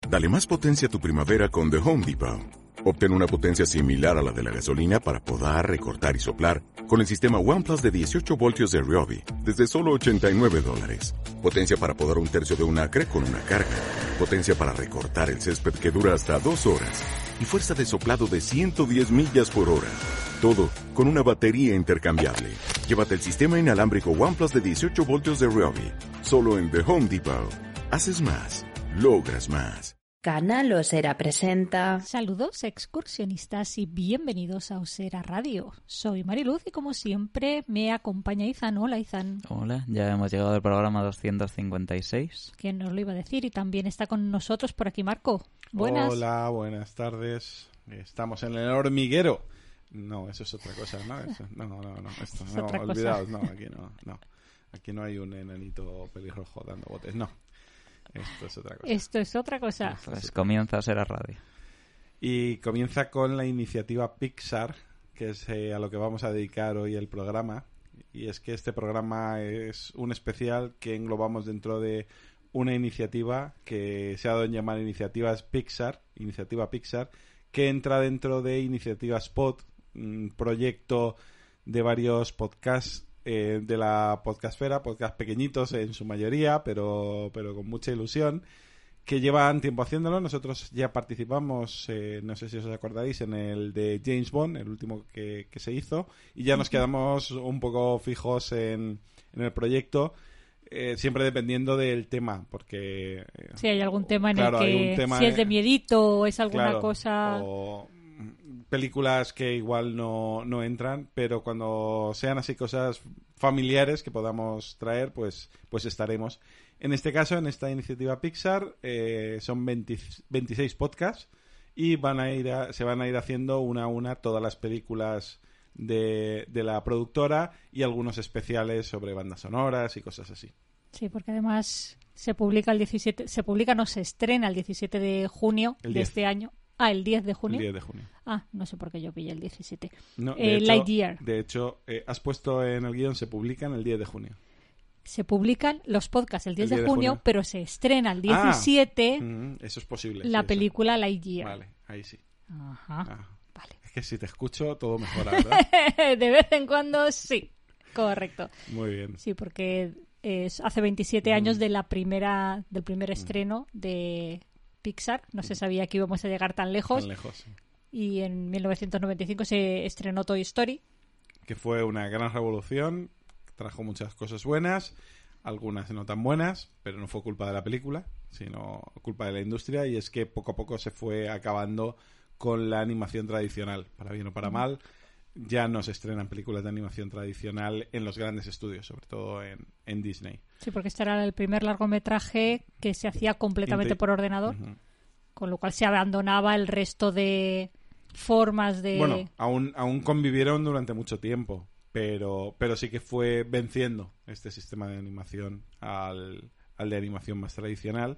Dale más potencia a tu primavera con The Home Depot. Obtén una potencia similar a la de la gasolina para podar, recortar y soplar con el sistema OnePlus de 18 voltios de Ryobi desde solo $89. Potencia para podar un tercio de un acre con una carga. Potencia para recortar el césped que dura hasta 2 horas. Y fuerza de soplado de 110 millas por hora. Todo con una batería intercambiable. Llévate el sistema inalámbrico OnePlus de 18 voltios de Ryobi. Solo en The Home Depot. Haces más. Logras más. Canal Osera presenta... Saludos excursionistas y bienvenidos a Osera Radio. Soy Mariluz y como siempre me acompaña Izan. Hola Izan. Hola, ya hemos llegado al programa 256. ¿Quién nos lo iba a decir? Y también está con nosotros por aquí Marco. Buenas. Hola, buenas tardes. Estamos en el hormiguero. No, eso es otra cosa, ¿no? Eso, no. Esto, es no, otra olvidaos, cosa. no. Aquí no hay un enanito pelirrojo dando botes, no. Esto es otra cosa. Esto es otra cosa. Pues comienza a ser a radio. Y comienza con la iniciativa Pixar, que es a lo que vamos a dedicar hoy el programa. Y es que este programa es un especial que englobamos dentro de una iniciativa que se ha dado en llamar Iniciativa Pixar, que entra dentro de Iniciativa Spot, un proyecto de varios podcasts de la podcastfera, podcast pequeñitos en su mayoría, pero con mucha ilusión, que llevan tiempo haciéndolo. Nosotros ya participamos, no sé si os acordáis, en el de James Bond, el último que se hizo, y ya nos quedamos un poco fijos en el proyecto, siempre dependiendo del tema, porque... Si hay algún tema en claro, el que si es de miedito o es alguna claro, cosa... O películas que igual no entran, pero cuando sean así cosas familiares que podamos traer, pues estaremos. En este caso, en esta iniciativa Pixar, son 26 podcasts y se van a ir haciendo una a una todas las películas de la productora y algunos especiales sobre bandas sonoras y cosas así. Sí, porque además se estrena el 17 de junio de este año. Ah, el 10 de junio. El 10 de junio. Ah, no sé por qué yo pillé el 17. No, Lightyear. De hecho, has puesto en el guión, se publican el 10 de junio. Se publican los podcasts el 10 de junio, pero se estrena el 17 eso es posible. la sí, película Lightyear. Vale, ahí sí. Ajá. Vale. Es que si te escucho, todo mejora, ¿verdad? De vez en cuando, sí. Correcto. Muy bien. Sí, porque hace 27 años del primer estreno de Pixar. No se sabía que íbamos a llegar tan lejos. Sí. Y en 1995 se estrenó Toy Story. Que fue una gran revolución. Trajo muchas cosas buenas, algunas no tan buenas, pero no fue culpa de la película, sino culpa de la industria. Y es que poco a poco se fue acabando con la animación tradicional. Para bien o para mal, ya no se estrenan películas de animación tradicional en los grandes estudios, sobre todo en Disney. Sí, porque este era el primer largometraje que se hacía completamente por ordenador, con lo cual se abandonaba el resto de formas de... Bueno, aún convivieron durante mucho tiempo, pero sí que fue venciendo este sistema de animación al de animación más tradicional.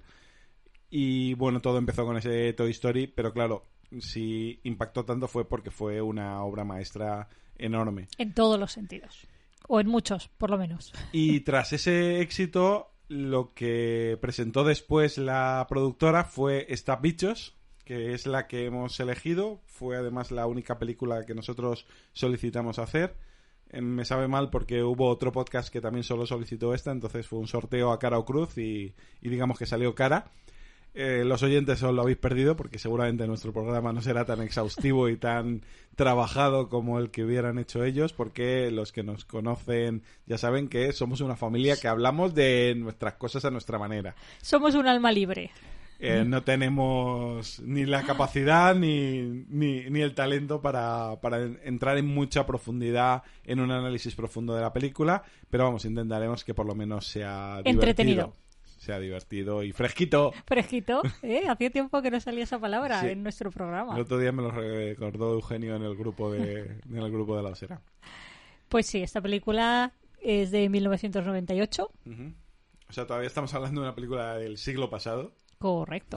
Y bueno, todo empezó con ese Toy Story, pero claro, si impactó tanto fue porque fue una obra maestra enorme. En todos los sentidos. O en muchos, por lo menos. Y tras ese éxito, lo que presentó después la productora fue Stab Bichos, que es la que hemos elegido. Fue además la única película que nosotros solicitamos hacer. Me sabe mal porque hubo otro podcast que también solo solicitó esta, entonces fue un sorteo a cara o cruz y digamos que salió cara. Los oyentes os lo habéis perdido porque seguramente nuestro programa no será tan exhaustivo y tan trabajado como el que hubieran hecho ellos, porque los que nos conocen ya saben que somos una familia que hablamos de nuestras cosas a nuestra manera. Somos un alma libre. No tenemos ni la capacidad ni el talento para entrar en mucha profundidad en un análisis profundo de la película, pero vamos, intentaremos que por lo menos sea entretenido. Sea divertido y fresquito. Fresquito, hacía tiempo que no salía esa palabra en nuestro programa. El otro día me lo recordó Eugenio en el grupo de la Osera. Pues sí, esta película es de 1998. O sea, todavía estamos hablando de una película del siglo pasado. Correcto.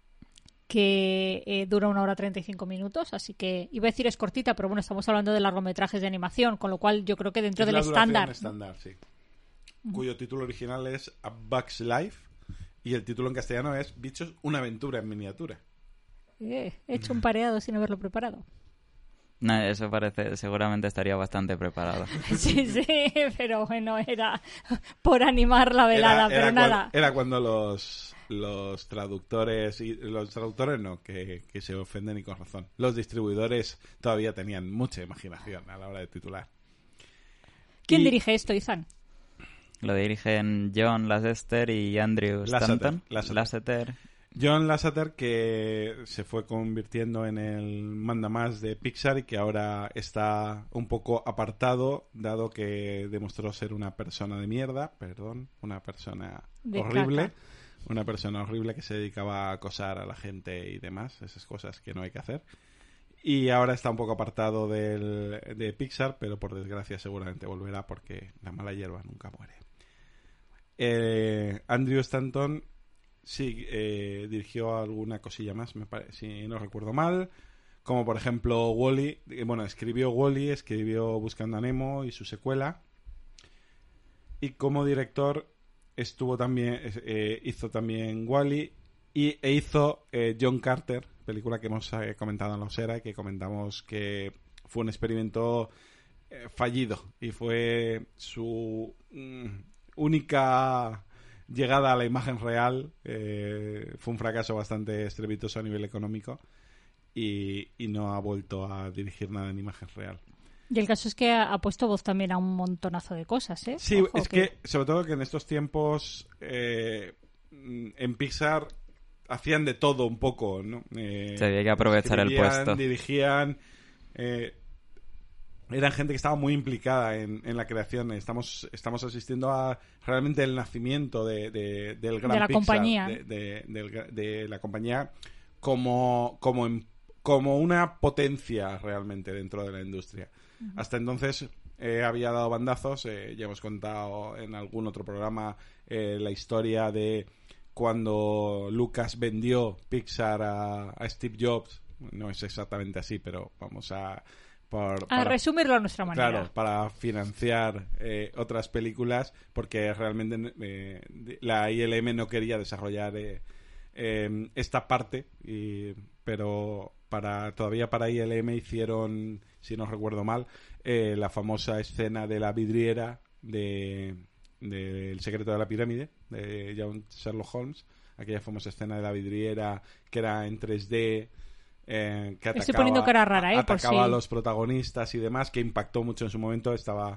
Que dura 1 hora 35 minutos, así que iba a decir es cortita, pero bueno, estamos hablando de largometrajes de animación, con lo cual yo creo que dentro del estándar. Sí. Cuyo título original es A Bug's Life, Y el título en castellano es Bichos, una aventura en miniatura. He hecho un pareado sin haberlo preparado. No, eso parece, seguramente estaría bastante preparado. Sí, pero bueno, era por animar la velada, pero nada. Era cuando los traductores, y los traductores no, que se ofenden y con razón. Los distribuidores todavía tenían mucha imaginación a la hora de titular. ¿Quién dirige esto, Izan? Lo dirigen John Lasseter y Andrew Stanton. Lasseter. John Lasseter, que se fue convirtiendo en el mandamás de Pixar y que ahora está un poco apartado, dado que demostró ser una persona de mierda, una persona horrible. Caca. Una persona horrible que se dedicaba a acosar a la gente y demás, esas cosas que no hay que hacer. Y ahora está un poco apartado de Pixar, pero por desgracia seguramente volverá porque la mala hierba nunca muere. Andrew Stanton sí dirigió alguna cosilla más, si no recuerdo mal, como por ejemplo Wall-E. Escribió Wall-E, escribió Buscando a Nemo y su secuela. Y como director hizo también Wall-E e hizo John Carter, película que hemos comentado en la Osera y que comentamos que fue un experimento fallido y fue su única llegada a la imagen real. Fue un fracaso bastante estrepitoso a nivel económico y no ha vuelto a dirigir nada en imagen real. Y el caso es que ha puesto voz también a un montonazo de cosas, ¿eh? Sí, Ojo, es que sobre todo que en estos tiempos en Pixar hacían de todo un poco, ¿no? Se había que aprovechar el puesto. Dirigían, eran gente que estaba muy implicada en la creación. Estamos asistiendo a realmente el nacimiento del gran de la Pixar, compañía. de la compañía como una potencia realmente dentro de la industria. Uh-huh. Hasta entonces había dado bandazos. Ya hemos contado en algún otro programa la historia de cuando Lucas vendió Pixar a Steve Jobs. No es exactamente así, pero vamos a resumirlo a nuestra manera. Claro, para financiar otras películas, porque realmente la ILM no quería desarrollar esta parte, pero todavía para ILM hicieron, si no recuerdo mal, la famosa escena de la vidriera de El secreto de la pirámide, de John Sherlock Holmes, aquella famosa escena de la vidriera que era en 3D, que estoy poniendo cara rara, atacaba a los protagonistas y demás, que impactó mucho en su momento. Estaba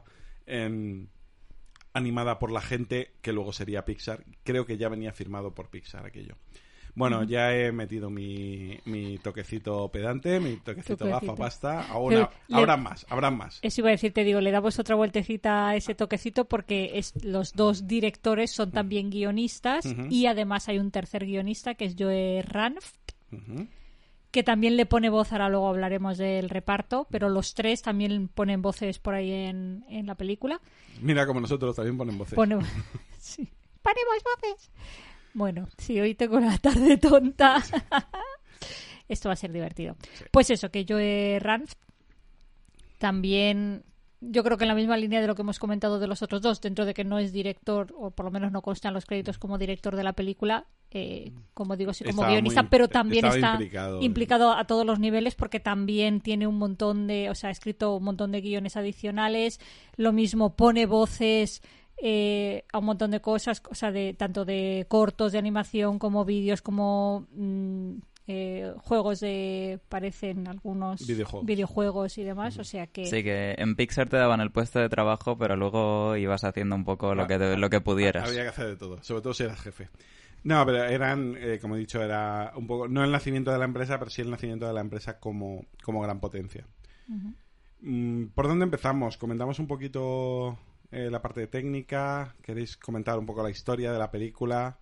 animada por la gente, que luego sería Pixar. Creo que ya venía firmado por Pixar aquello. Bueno, ya he metido mi toquecito pedante, mi toquecito gafapasta. Habrán más. Eso iba a decir, te digo, le damos otra vueltecita a ese toquecito porque los dos directores son también guionistas. Uh-huh. Y además hay un tercer guionista que es Joe Ranft, uh-huh, que también le pone voz. Ahora luego hablaremos del reparto, pero los tres también ponen voces por ahí en la película. Mira, como nosotros también ponen voces. Sí. ¡Ponemos voces! Bueno, sí, hoy tengo la tarde tonta. Esto va a ser divertido. Sí. Pues eso, que Joe Ranft también, yo creo que en la misma línea de lo que hemos comentado de los otros dos, dentro de que no es director, o por lo menos no constan los créditos como director de la película, como digo, sí, como guionista, pero también está implicado a todos los niveles, porque también tiene un montón de, ha escrito un montón de guiones adicionales, lo mismo pone voces a un montón de cosas, tanto de cortos de animación como vídeos, como juegos parecen algunos videojuegos y demás, o sea que... Sí, que en Pixar te daban el puesto de trabajo, pero luego ibas haciendo un poco lo que pudieras. Había que hacer de todo, sobre todo si eras jefe. No, pero eran, como he dicho, era un poco, no el nacimiento de la empresa, pero sí el nacimiento de la empresa como gran potencia. Uh-huh. ¿Por dónde empezamos? Comentamos un poquito la parte técnica. ¿Queréis comentar un poco la historia de la película?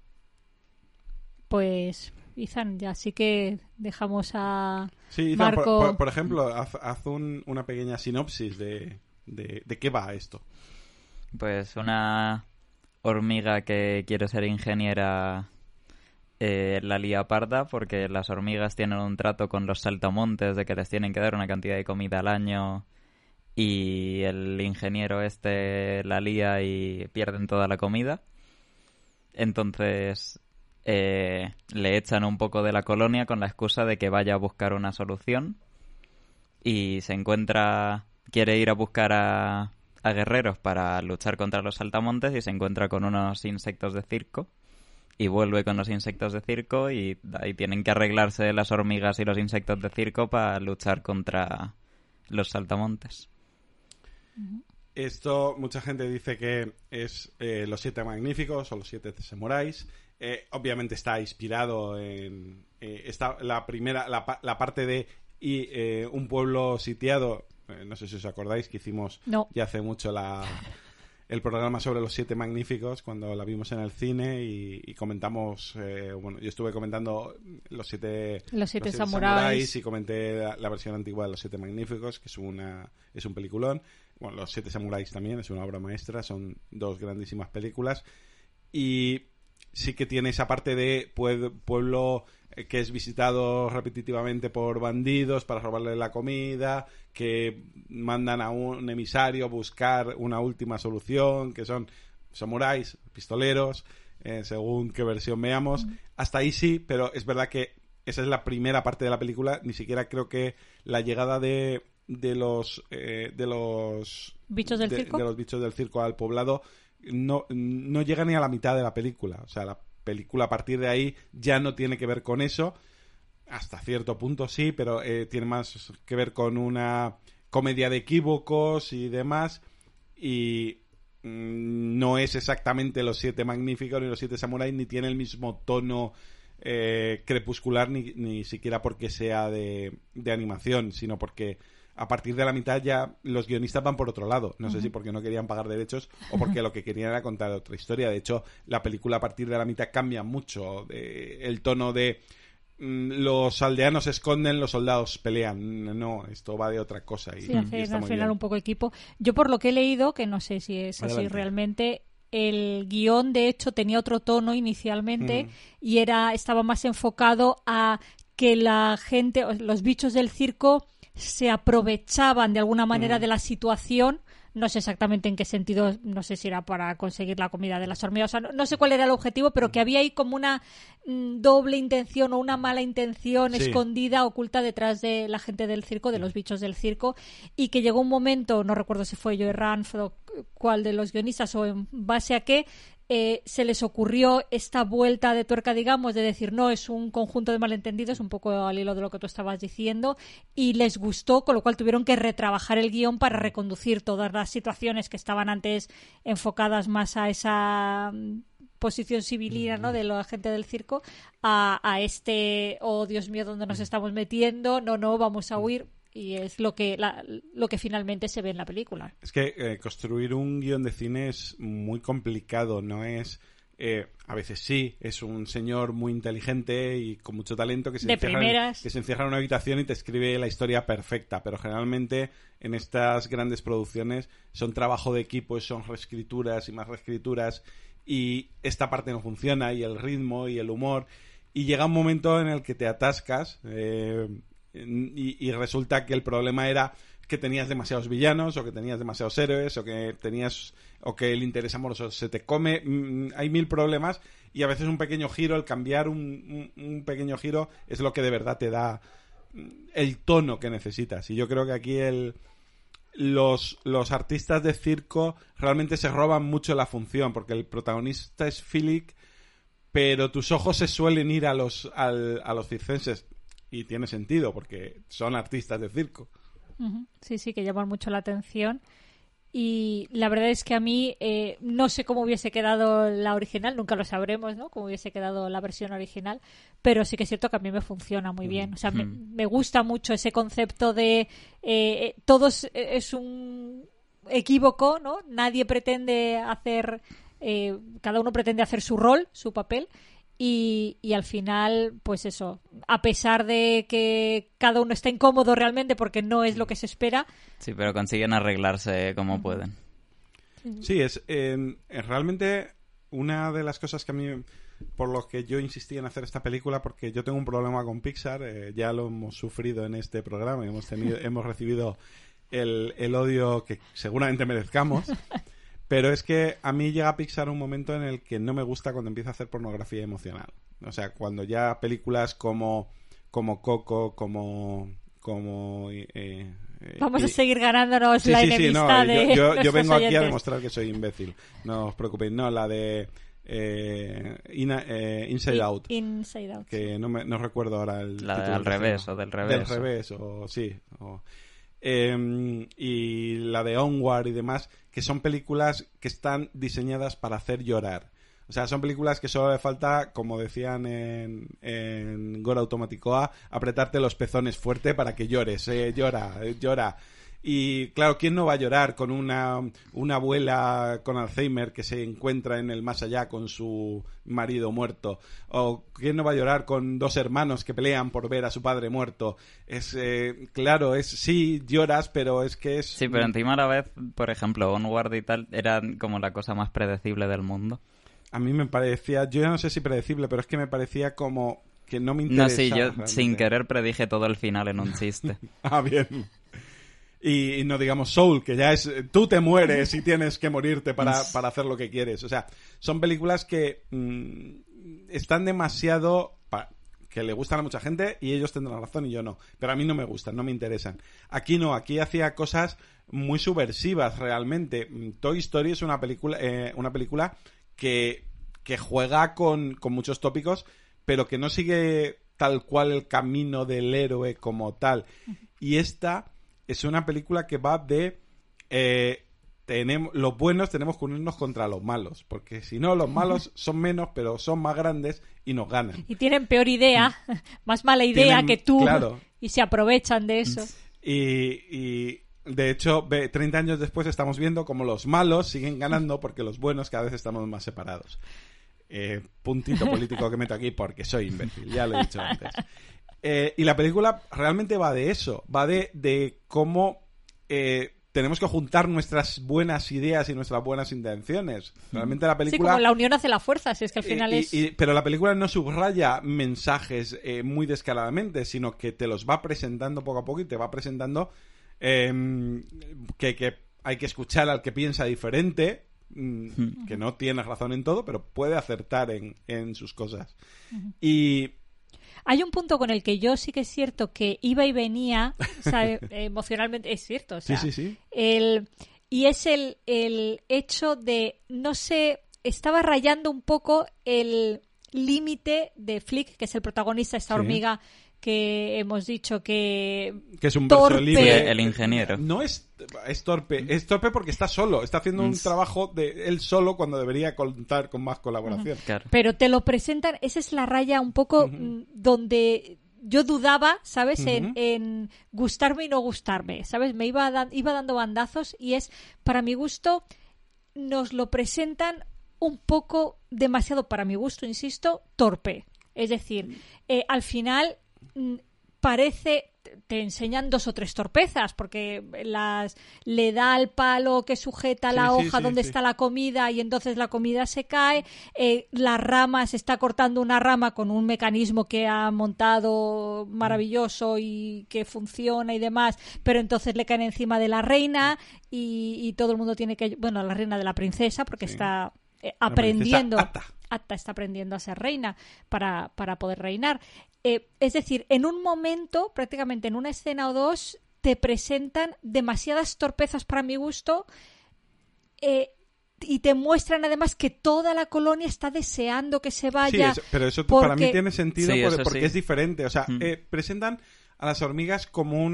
Pues, Izan, ya sí que dejamos a sí, Izan, Marco... por ejemplo, haz una pequeña sinopsis de qué va esto. Pues una hormiga que quiere ser ingeniera la lía parda, porque las hormigas tienen un trato con los saltamontes de que les tienen que dar una cantidad de comida al año, y el ingeniero la lía y pierden toda la comida. Entonces le echan un poco de la colonia con la excusa de que vaya a buscar una solución y quiere ir a buscar a guerreros para luchar contra los saltamontes y se encuentra con unos insectos de circo y vuelve con los insectos de circo y ahí tienen que arreglarse las hormigas y los insectos de circo para luchar contra los saltamontes. Esto mucha gente dice que es Los Siete Magníficos o Los Siete Samuráis. Obviamente está inspirado en la parte de un pueblo sitiado. No sé si os acordáis que hicimos ya hace mucho el programa sobre Los Siete Magníficos cuando la vimos en el cine y comentamos, yo estuve comentando los siete samuráis y comenté la versión antigua de Los Siete Magníficos, que es un peliculón. Bueno, Los Siete Samuráis también es una obra maestra, son dos grandísimas películas y sí que tiene esa parte de pueblo que es visitado repetitivamente por bandidos para robarle la comida, que mandan a un emisario a buscar una última solución, que son samuráis, pistoleros, según qué versión veamos. Hasta ahí sí, pero es verdad que esa es la primera parte de la película. Ni siquiera creo que la llegada de los bichos del circo, de los bichos del circo al poblado no llega ni a la mitad de la película. O sea, la película a partir de ahí ya no tiene que ver con eso. Hasta cierto punto sí, pero tiene más que ver con una comedia de equívocos y demás. Y no es exactamente Los Siete Magníficos ni Los Siete Samuráis, ni tiene el mismo tono crepuscular, ni siquiera porque sea de animación, sino porque a partir de la mitad ya los guionistas van por otro lado. No sé si porque no querían pagar derechos o porque lo que querían era contar otra historia. De hecho, la película a partir de la mitad cambia mucho. El tono de los aldeanos se esconden, los soldados pelean. No, esto va de otra cosa. Sí, hace al final un poco equipo. Yo por lo que he leído, que no sé si es así realmente, el guión de hecho tenía otro tono inicialmente y estaba más enfocado a que la gente, los bichos del circo se aprovechaban de alguna manera de la situación. No sé exactamente en qué sentido, no sé si era para conseguir la comida de las hormigas, o sea, no sé cuál era el objetivo, pero que había ahí como una doble intención o una mala intención escondida, oculta detrás de la gente del circo, de los bichos del circo, y que llegó un momento, no recuerdo si fue Joe Ranft o cuál de los guionistas o en base a qué, se les ocurrió esta vuelta de tuerca, digamos, de decir, no, es un conjunto de malentendidos, un poco al hilo de lo que tú estabas diciendo, y les gustó, con lo cual tuvieron que retrabajar el guión para reconducir todas las situaciones que estaban antes enfocadas más a esa posición civilina, ¿no?, de la gente del circo, a este, oh, Dios mío, ¿dónde nos estamos metiendo? No, vamos a huir. Y es lo que finalmente se ve en la película. Es que construir un guión de cine es muy complicado, no es... a veces sí, es un señor muy inteligente y con mucho talento que se encierra en una habitación y te escribe la historia perfecta, pero generalmente en estas grandes producciones son trabajo de equipo, son reescrituras y más reescrituras, y esta parte no funciona, y el ritmo y el humor, y llega un momento en el que te atascas... Y resulta que el problema era que tenías demasiados villanos o que tenías demasiados héroes o que el interés amoroso se te come. Hay mil problemas y a veces un pequeño giro, el cambiar un pequeño giro es lo que de verdad te da el tono que necesitas. Y yo creo que aquí los artistas de circo realmente se roban mucho la función, porque el protagonista es Philip, pero tus ojos se suelen ir a los circenses. Y tiene sentido, porque son artistas de circo. Sí, que llaman mucho la atención. Y la verdad es que a mí no sé cómo hubiese quedado la original, nunca lo sabremos, ¿no?, cómo hubiese quedado la versión original, pero sí que es cierto que a mí me funciona muy bien. O sea, me gusta mucho ese concepto de todos es un equívoco, ¿no? Nadie pretende hacer... cada uno pretende hacer su rol, su papel. Y al final, pues eso, a pesar de que cada uno está incómodo realmente porque no es lo que se espera. Sí, pero consiguen arreglarse como pueden. Sí, es realmente una de las cosas que a mí, por lo que yo insistí en hacer esta película, porque yo tengo un problema con Pixar, ya lo hemos sufrido en este programa, hemos recibido el odio que seguramente merezcamos. Pero es que a mí llega a Pixar un momento en el que no me gusta cuando empieza a hacer pornografía emocional. O sea, cuando ya películas como Coco, Vamos a seguir ganándonos la no, enemistad de yo vengo aquí oyentes. a demostrar que soy imbécil. No os preocupéis. No, la de Inside Out. Inside Out. Que no recuerdo ahora el La de título Al revés o del revés. Del revés, o sí. Y la de Onward y demás, que son películas que están diseñadas para hacer llorar. O sea, son películas que solo le falta, como decían en Gora Automaticoa, apretarte los pezones fuerte para que llores. Llora. Y claro, ¿quién no va a llorar con una abuela con Alzheimer que se encuentra en el más allá con su marido muerto? ¿O quién no va a llorar con dos hermanos que pelean por ver a su padre muerto? Sí, lloras, pero es que es... Sí, pero encima a la vez, por ejemplo, Onward y tal, era como la cosa más predecible del mundo. A mí me parecía, yo no sé si predecible, pero es que me parecía como que no me interesaba. No, sí, yo realmente. sin querer predije todo el final en un chiste. Ah, bien. Y no digamos Soul, que ya es tú te mueres y tienes que morirte para hacer lo que quieres. O sea, son películas que están demasiado... que le gustan a mucha gente y ellos tendrán razón y yo no. Pero a mí no me gustan, no me interesan. Aquí no, aquí hacía cosas muy subversivas realmente. Toy Story es una película que juega con muchos tópicos, pero que no sigue tal cual el camino del héroe como tal. Y esta es una película que va de... los buenos tenemos que unirnos contra los malos, porque si no, los malos son menos, pero son más grandes y nos ganan. Y tienen peor idea, más mala idea que tú, claro. Y se aprovechan de eso. Y de hecho, 30 años después estamos viendo como los malos siguen ganando porque los buenos cada vez estamos más separados. Puntito político que meto aquí porque soy imbécil, ya lo he dicho antes. Y la película realmente va de eso, va de cómo tenemos que juntar nuestras buenas ideas y nuestras buenas intenciones. Realmente la película... Sí, como la unión hace la fuerza, si es que al final pero la película no subraya mensajes muy descaradamente, sino que te los va presentando poco a poco y te va presentando que hay que escuchar al que piensa diferente, que no tiene razón en todo, pero puede acertar en sus cosas. Y... Hay un punto con el que yo sí que es cierto que iba y venía, o sea, emocionalmente, es cierto. O sea, sí. Y es el hecho de, no sé, estaba rayando un poco el límite de Flick, que es el protagonista, esta hormiga que hemos dicho que es un torpe. verso libre. Sí, el ingeniero. No es torpe porque está solo, está haciendo un trabajo de él solo cuando debería contar con más colaboración. Claro. Pero te lo presentan, esa es la raya un poco donde yo dudaba, ¿sabes? En gustarme y no gustarme, ¿sabes? Me iba dando bandazos y es, para mi gusto, nos lo presentan un poco demasiado, para mi gusto, insisto, torpe. Es decir, al final parece... te enseñan 2 o 3 torpezas porque le da al palo que sujeta la hoja donde está la comida y entonces la comida se cae, la rama se está cortando una rama con un mecanismo que ha montado maravilloso y que funciona y demás, pero entonces le caen encima de la reina y todo el mundo tiene que, bueno, la reina de la princesa porque está aprendiendo, Atta está aprendiendo a ser reina para poder reinar. Es decir, en un momento, prácticamente en una escena o 2, te presentan demasiadas torpezas para mi gusto y te muestran además que toda la colonia está deseando que se vaya. Sí, pero eso porque... para mí tiene sentido porque es diferente. O sea, presentan a las hormigas como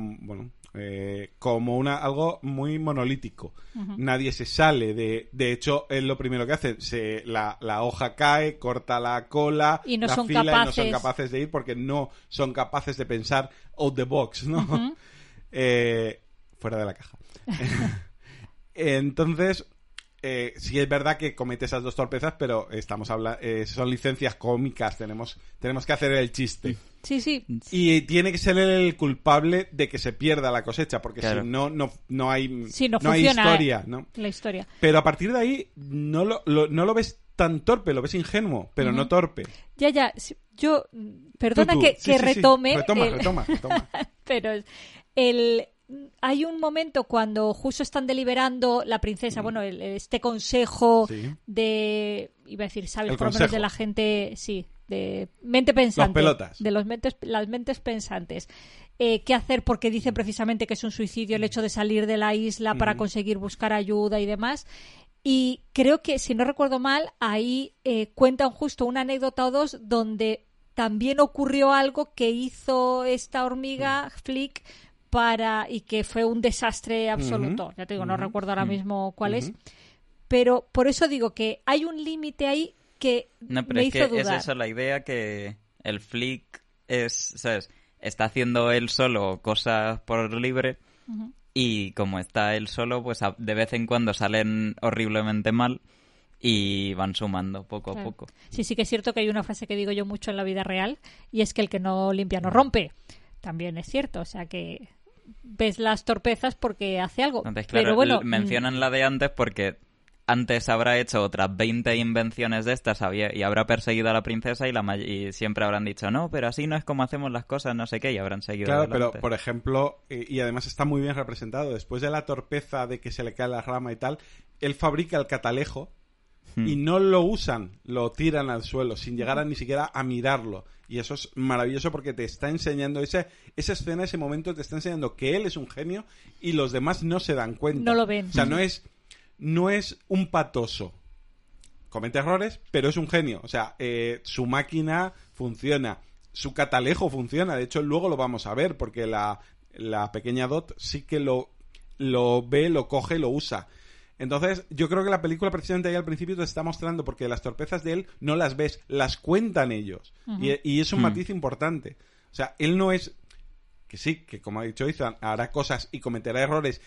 algo muy monolítico. Nadie se sale de hecho, es lo primero que hacen. La hoja cae, corta la cola, y no la son fila capaces. y no son capaces de ir porque no son capaces de pensar out the box, ¿no? Fuera de la caja. Entonces, sí es verdad que comete esas 2 torpezas, pero estamos son licencias cómicas, tenemos que hacer el chiste. Sí. Y tiene que ser el culpable de que se pierda la cosecha, porque claro. si no hay funciona, historia, ¿no? La historia. Pero a partir de ahí no lo ves tan torpe, lo ves ingenuo, pero no torpe. Ya. Yo, perdona Tú. que Sí. retome. Retoma. Pero hay un momento cuando justo están deliberando la princesa, bueno, este consejo de, iba a decir, ¿sabes? Por lo menos de la gente, sí, de mente pensante. Los pelotas. De las mentes pensantes. ¿Qué hacer? Porque dicen precisamente que es un suicidio el hecho de salir de la isla para conseguir buscar ayuda y demás. Y creo que, si no recuerdo mal, ahí cuentan justo una anécdota o dos donde también ocurrió algo que hizo esta hormiga, Flick, y que fue un desastre absoluto. Ya te digo, no recuerdo ahora mismo cuál es. Pero por eso digo que hay un límite ahí que me hizo dudar. Es eso la idea, que el Flick ¿sabes? Está haciendo él solo cosas por libre y como está él solo, pues de vez en cuando salen horriblemente mal y van sumando poco a poco. Sí, sí que es cierto que hay una frase que digo yo mucho en la vida real y es que el que no limpia no rompe. También es cierto, o sea que ves las torpezas porque hace algo. Entonces, claro, pero bueno, mencionan la de antes porque antes habrá hecho otras 20 invenciones de estas y habrá perseguido a la princesa y siempre habrán dicho, no, pero así no es como hacemos las cosas, no sé qué, y habrán seguido Claro, adelante. pero por ejemplo, y además está muy bien representado, después de la torpeza de que se le cae la rama y tal, él fabrica el catalejo y no lo usan, lo tiran al suelo sin llegar ni siquiera a mirarlo. Y eso es maravilloso porque te está enseñando esa escena, ese momento, te está enseñando que él es un genio y los demás no se dan cuenta. No lo ven. O sea, no es un patoso. Comete errores, pero es un genio. O sea, su máquina funciona, su catalejo funciona. De hecho, luego lo vamos a ver porque la pequeña Dot sí que lo ve, lo coge, lo usa. Entonces, yo creo que la película precisamente ahí al principio te está mostrando, porque las torpezas de él no las ves, las cuentan ellos. Y es un matiz importante. O sea, él no es... Que sí, que como ha dicho Ethan, hará cosas y cometerá errores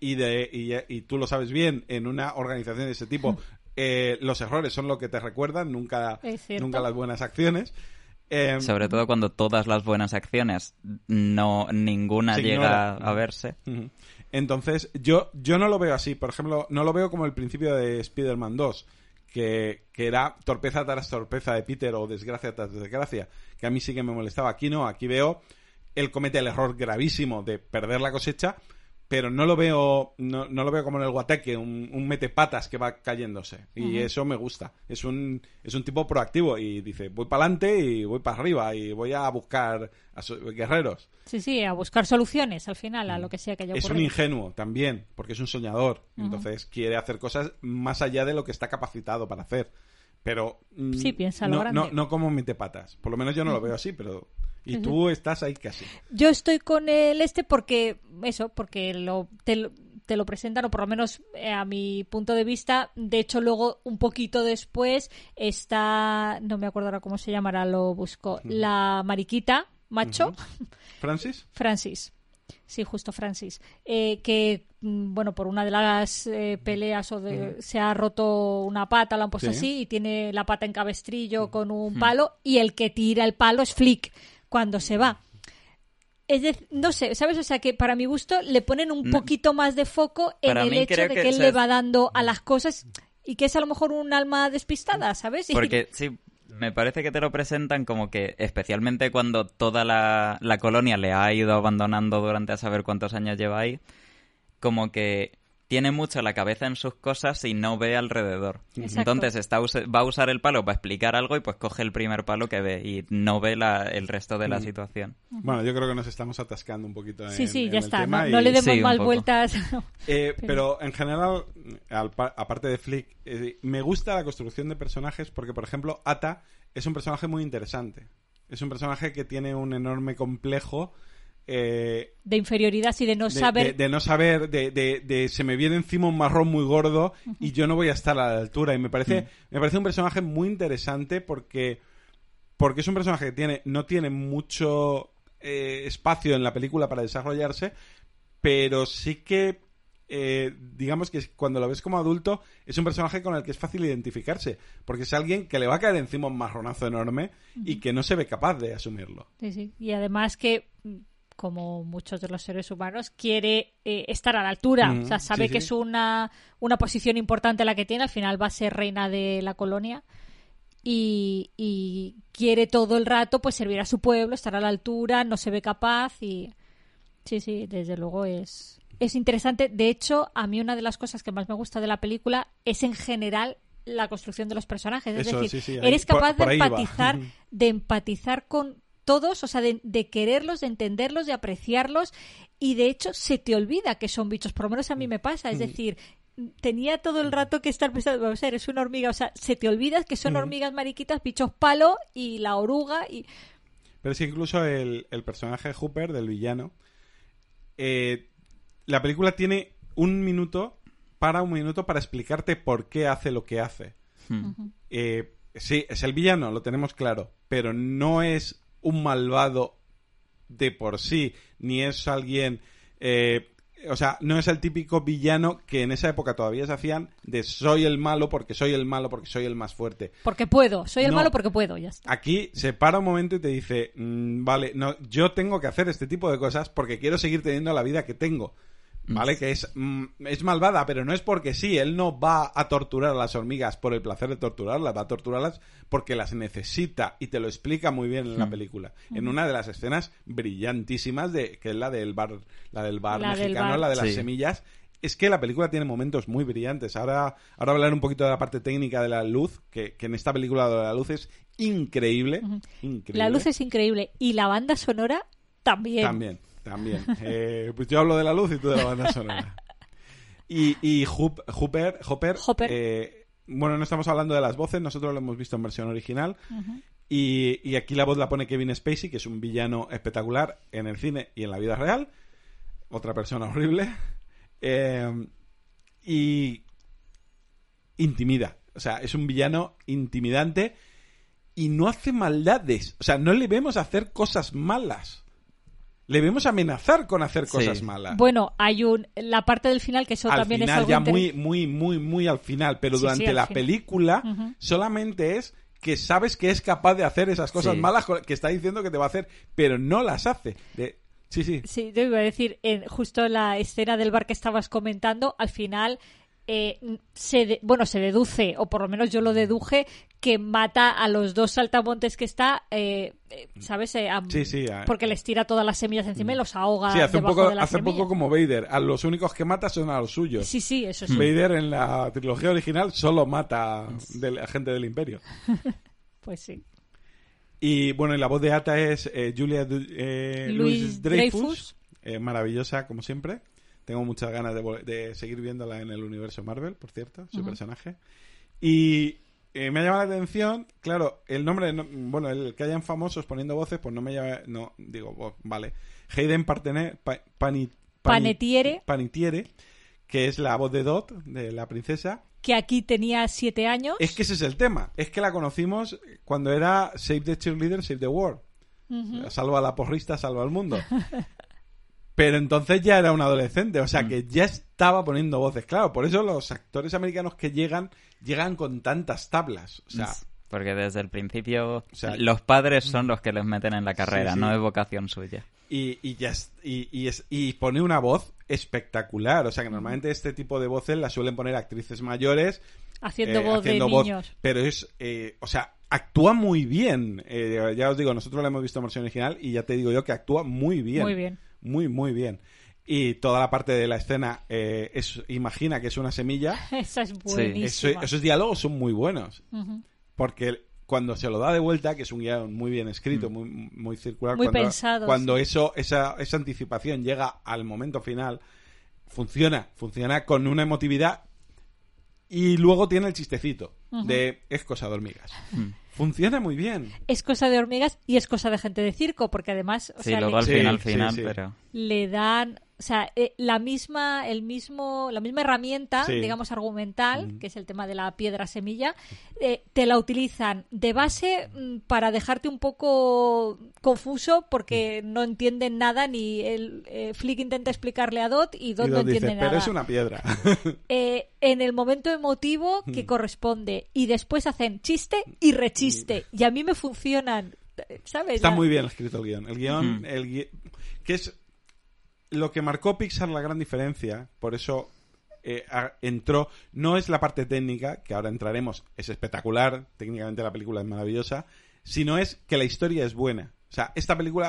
y tú lo sabes bien, en una organización de ese tipo los errores son lo que te recuerdan, nunca las buenas acciones. Sobre todo cuando todas las buenas acciones ninguna llega a verse. Entonces, yo no lo veo así. Por ejemplo, no lo veo como el principio de Spider-Man 2, que era torpeza tras torpeza de Peter o desgracia tras desgracia, que a mí sí que me molestaba. Aquí no, aquí veo... Él comete el error gravísimo de perder la cosecha, pero no lo veo como en el Guateque, un metepatas que va cayéndose. Y eso me gusta. Es un tipo proactivo y dice, voy para adelante y voy para arriba y voy a buscar guerreros. Sí, a buscar soluciones al final a lo que sea que haya ocurrido. Es un ingenuo también, porque es un soñador. Entonces quiere hacer cosas más allá de lo que está capacitado para hacer. Pero sí, piensa lo grande. No como metepatas. Por lo menos yo no lo veo así, pero... Y tú estás ahí casi. Yo estoy con el porque te lo presentan, o por lo menos a mi punto de vista. De hecho, luego, un poquito después, está... No me acuerdo ahora cómo se llama, ahora lo busco. La mariquita, macho. ¿Francis? Sí, justo Francis. Que, bueno, por una de las peleas se ha roto una pata, la han puesto así, y tiene la pata en cabestrillo con un palo, y el que tira el palo es Flick cuando se va. Es decir, no sé, ¿sabes? O sea, que para mi gusto le ponen un poquito más de foco en el hecho de que él le va dando a las cosas y que es a lo mejor un alma despistada, ¿sabes? Porque sí, me parece que te lo presentan como que, especialmente cuando toda la colonia le ha ido abandonando durante a saber cuántos años lleva ahí, como que tiene mucho la cabeza en sus cosas y no ve alrededor. Exacto. Entonces va a usar el palo para explicar algo y pues coge el primer palo que ve y no ve el resto de la situación. Bueno, yo creo que nos estamos atascando un poquito en ya el está. tema. No le demos más vueltas. Pero en general, aparte de Flick, me gusta la construcción de personajes porque, por ejemplo, Ata es un personaje muy interesante. Es un personaje que tiene un enorme complejo de inferioridad y de no saber... De no saber, de se me viene encima un marrón muy gordo y yo no voy a estar a la altura. Y me parece un personaje muy interesante porque es un personaje que no tiene mucho espacio en la película para desarrollarse, pero sí que digamos que cuando lo ves como adulto es un personaje con el que es fácil identificarse, porque es alguien que le va a caer encima un marronazo enorme y que no se ve capaz de asumirlo. Sí. Y además que, como muchos de los seres humanos, quiere estar a la altura. O sea, sabe que es una posición importante la que tiene. Al final va a ser reina de la colonia y quiere todo el rato pues servir a su pueblo, estar a la altura, no se ve capaz y Sí, desde luego es interesante. De hecho, a mí una de las cosas que más me gusta de la película es en general la construcción de los personajes. Es decir, sí, eres capaz por de empatizar con todos, o sea, de quererlos, de entenderlos, de apreciarlos, y de hecho se te olvida que son bichos, por lo menos a mí me pasa, es decir, tenía todo el rato que estar pensando, vamos a ver, es una hormiga, o sea, se te olvida que son hormigas mariquitas, bichos palo, y la oruga, y... Pero es que incluso el personaje Hooper, del villano, la película tiene un minuto para explicarte por qué hace lo que hace. Sí, es el villano, lo tenemos claro, pero no es un malvado de por sí, ni es alguien... o sea, no es el típico villano que en esa época todavía se hacían de soy el malo porque soy el malo porque soy el más fuerte. Porque puedo, soy el malo porque puedo, ya está. Aquí se para un momento y te dice, vale, no, yo tengo que hacer este tipo de cosas porque quiero seguir teniendo la vida que tengo. ¿Vale? Que es malvada, pero no es porque sí. Él no va a torturar a las hormigas por el placer de torturarlas, va a torturarlas porque las necesita, y te lo explica muy bien en la película. En una de las escenas brillantísimas, que es la del bar mexicano, la de las semillas. Es que la película tiene momentos muy brillantes. Ahora hablar un poquito de la parte técnica de la luz, que en esta película de la luz es increíble. Increíble. La luz es increíble. Y la banda sonora también. También. Pues yo hablo de la luz y tú de la banda sonora. Y Hopper, bueno, no estamos hablando de las voces, nosotros lo hemos visto en versión original. Y aquí la voz la pone Kevin Spacey, que es un villano espectacular en el cine y en la vida real. Otra persona horrible. Y intimida. O sea, es un villano intimidante y no hace maldades. O sea, no le vemos hacer cosas malas. Le vemos amenazar con hacer cosas malas. Bueno, hay la parte del final que eso al también final, es algo ya muy al final, pero durante la película solamente es que sabes que es capaz de hacer esas cosas malas que está diciendo que te va a hacer, pero no las hace. Sí, te iba a decir, justo la escena del bar que estabas comentando, al final se deduce, o por lo menos yo lo deduje, que mata a los dos saltamontes que está, ¿sabes? Porque les tira todas las semillas encima y los ahoga. Sí, hace un poco como Vader. A los únicos que mata son a los suyos. Sí, eso sí. Vader en la trilogía original solo mata a gente del Imperio. Pues sí. Y bueno, y la voz de Ata es Julia Louis-Dreyfus. Maravillosa, como siempre. Tengo muchas ganas de seguir viéndola en el universo Marvel, por cierto, su personaje. Y me ha llamado la atención, claro, el nombre, el que hayan famosos poniendo voces, pues no me llama, no, digo, vale. Hayden Panettiere, que es la voz de Dot, de la princesa. Que aquí tenía 7 años. Es que ese es el tema, es que la conocimos cuando era Save the Cheerleader, Save the World. Salva a la porrista, salva al mundo. Pero entonces ya era un adolescente, o sea que ya estaba poniendo voces. Claro, por eso los actores americanos que llegan con tantas tablas. O sea, porque desde el principio los padres son los que les meten en la carrera, no es vocación suya. Y pone una voz espectacular. O sea que normalmente este tipo de voces las suelen poner actrices mayores. Haciendo voz de niños. Pero actúa muy bien. Ya os digo, nosotros la hemos visto en versión original y ya te digo yo que actúa muy bien. Muy bien. Muy bien. Y toda la parte de la escena imagina que es una semilla. Esa es buenísima. Esos diálogos son muy buenos. Porque cuando se lo da de vuelta, que es un guión muy bien escrito, muy circular, muy pensado. Cuando esa anticipación llega al momento final, funciona con una emotividad. Y luego tiene el chistecito de es cosa de hormigas. Funciona muy bien. Es cosa de hormigas y es cosa de gente de circo, porque además... luego al final, pero... Le dan... O sea, la misma herramienta, digamos, argumental, que es el tema de la piedra semilla, te la utilizan de base para dejarte un poco confuso porque no entienden nada, ni Flick intenta explicarle a Dot y Dot no entiende dice, nada. Pero es una piedra. En el momento emotivo que corresponde. Y después hacen chiste y rechiste. Y a mí me funcionan, ¿sabes? Está muy bien escrito el guión. El guión que es... Lo que marcó Pixar la gran diferencia, por eso entró, no es la parte técnica, que ahora entraremos, es espectacular, técnicamente la película es maravillosa, sino es que la historia es buena. O sea, esta película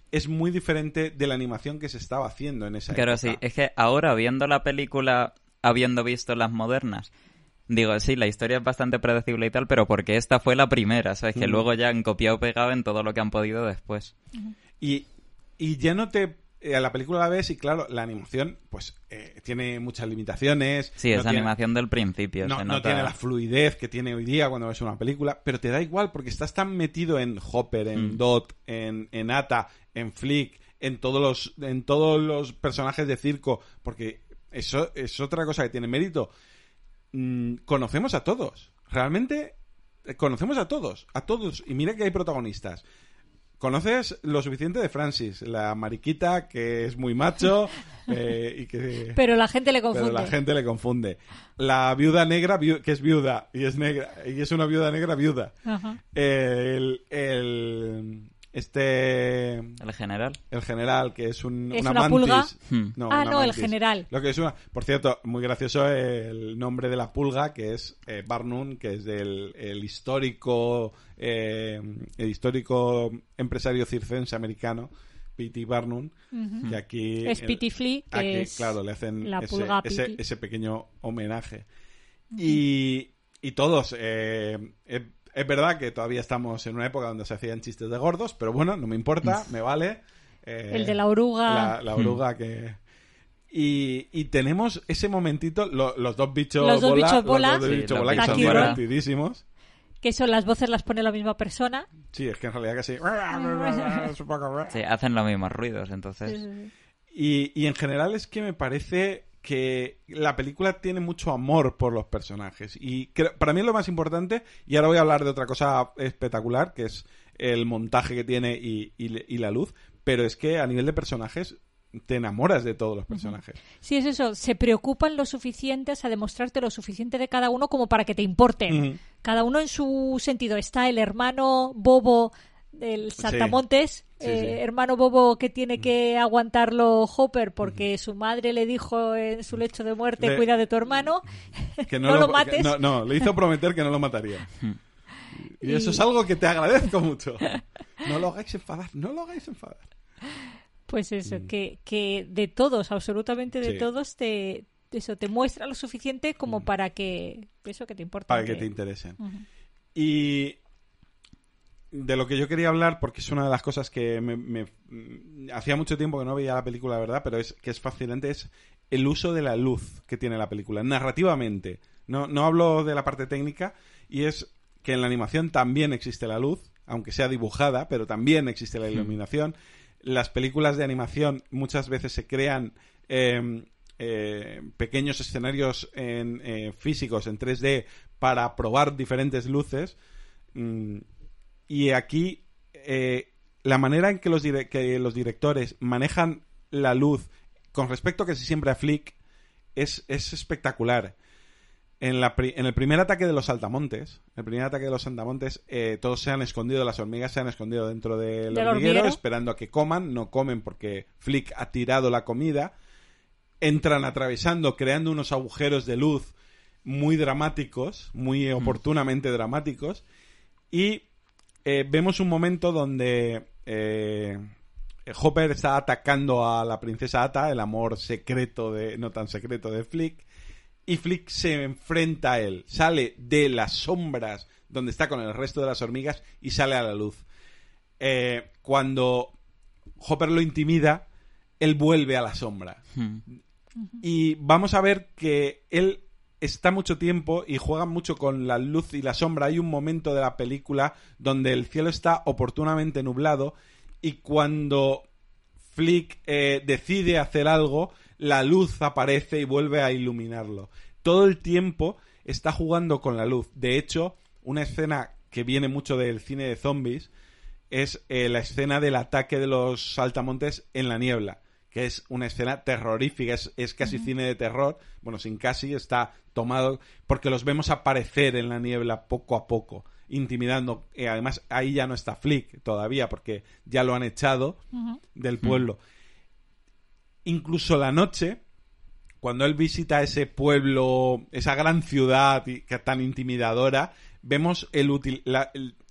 es muy diferente de la animación que se estaba haciendo en esa Claro, época. sí. Es que ahora, viendo la película, habiendo visto las modernas, digo, sí, la historia es bastante predecible y tal, pero porque esta fue la primera, ¿sabes? Que luego ya han copiado y pegado en todo lo que han podido después. Y ya no te... a la película la ves y, claro, la animación, pues, tiene muchas limitaciones. Sí, no es tiene- animación del principio. No, se no nota... tiene la fluidez que tiene hoy día cuando ves una película, pero te da igual porque estás tan metido en Hopper, en Dot, en Ata, en Flick, en todos los personajes de circo, porque eso es otra cosa que tiene mérito. Conocemos a todos, realmente conocemos a todos, y mira que hay protagonistas. Conoces lo suficiente de Francis, la mariquita que es muy macho y que... Pero la gente le confunde. Pero la gente le confunde. La viuda negra, que es viuda, y es negra, y es una viuda negra viuda. Ajá. El general. El general, que es ¿Es una una mantis. pulga? No, Ah, una no, el mantis. general. Lo que es una... Por cierto, muy gracioso el nombre de la pulga, que es Barnum, que es el histórico empresario circense americano, P.T. Barnum, que aquí... Es P.T. Flea, que aquí, es claro, le hacen la pulga P.T. ese pequeño homenaje. Y todos... es verdad que todavía estamos en una época donde se hacían chistes de gordos, pero bueno, no me importa, me vale. el de la oruga. La oruga que... Y tenemos ese momentito, los dos bichos Los dos bola, bichos bola. los dos Sí, bichos los bola, que bichos son bola. divertidísimos. Que son las voces las pone la misma persona. Sí, es que en realidad casi... Sí, hacen los mismos ruidos, entonces... Y en general es que me parece que la película tiene mucho amor por los personajes. Y para mí es lo más importante, y ahora voy a hablar de otra cosa espectacular, que es el montaje que tiene y la luz, pero es que a nivel de personajes te enamoras de todos los personajes. Sí, es eso. Se preocupan lo suficiente a demostrarte lo suficiente de cada uno como para que te importen. Cada uno en su sentido. Está el hermano bobo del saltamontes, Sí, sí. hermano bobo que tiene que aguantarlo Hopper porque su madre le dijo en su lecho de muerte, cuida de tu hermano, Que no lo mates. No, le hizo prometer que no lo mataría. Y eso es algo que te agradezco mucho. No lo hagáis enfadar, no lo hagáis enfadar. Pues eso, que de todos, absolutamente de Sí. todos, te muestra lo suficiente como para que te importe. Para que te interesen. Y de lo que yo quería hablar, porque es una de las cosas que me hacía mucho tiempo que no veía la película, la verdad, pero es que es fascinante, es el uso de la luz que tiene la película, narrativamente. No hablo de la parte técnica, y es que en la animación también existe la luz, aunque sea dibujada, pero también existe la iluminación. Las películas de animación muchas veces se crean pequeños escenarios físicos en 3D para probar diferentes luces. Y aquí la manera en que los directores manejan la luz con respecto casi siempre a Flick es espectacular. En el primer ataque de los saltamontes, todos se han escondido, las hormigas se han escondido dentro del hormiguero esperando a que coman. No comen porque Flick ha tirado la comida. Entran atravesando, creando unos agujeros de luz muy dramáticos, muy oportunamente dramáticos. Y vemos un momento donde Hopper está atacando a la princesa Ata, el amor secreto no tan secreto de Flick. Y Flick se enfrenta a él, sale de las sombras donde está con el resto de las hormigas y sale a la luz. Cuando Hopper lo intimida, él vuelve a la sombra. Y vamos a ver que él está mucho tiempo y juega mucho con la luz y la sombra. Hay un momento de la película donde el cielo está oportunamente nublado y cuando Flick decide hacer algo, la luz aparece y vuelve a iluminarlo. Todo el tiempo está jugando con la luz. De hecho, una escena que viene mucho del cine de zombies es la escena del ataque de los saltamontes en la niebla, que es una escena terrorífica, es casi cine de terror. Bueno, sin casi, está tomado porque los vemos aparecer en la niebla poco a poco, intimidando. Además, ahí ya no está Flick todavía porque ya lo han echado del pueblo. Incluso la noche, cuando él visita ese pueblo, esa gran ciudad que tan intimidadora, vemos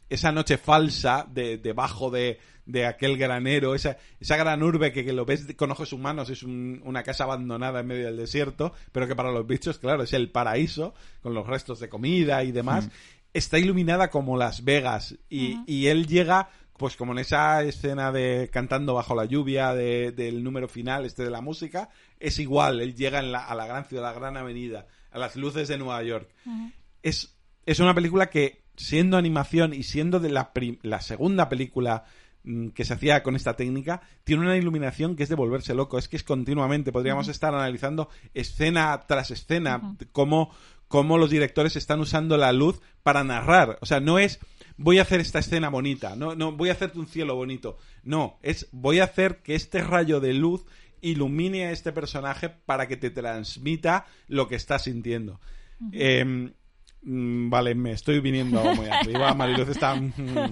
esa noche falsa debajo de aquel granero, esa gran urbe que lo ves con ojos humanos, es una casa abandonada en medio del desierto, pero que para los bichos, claro, es el paraíso, con los restos de comida y demás. Está iluminada como Las Vegas y él llega, pues como en esa escena de cantando bajo la lluvia del número final de la música, es igual, él llega a la gran ciudad, a la gran avenida, a las luces de Nueva York. Es una película que, siendo animación y siendo de la segunda película que se hacía con esta técnica, tiene una iluminación que es de volverse loco. Es que es continuamente, podríamos estar analizando escena tras escena cómo los directores están usando la luz para narrar. O sea, no es voy a hacer esta escena bonita, no voy a hacerte un cielo bonito. No, es voy a hacer que este rayo de luz ilumine a este personaje para que te transmita lo que estás sintiendo. Vale, me estoy viniendo muy arriba. Mariluz está... no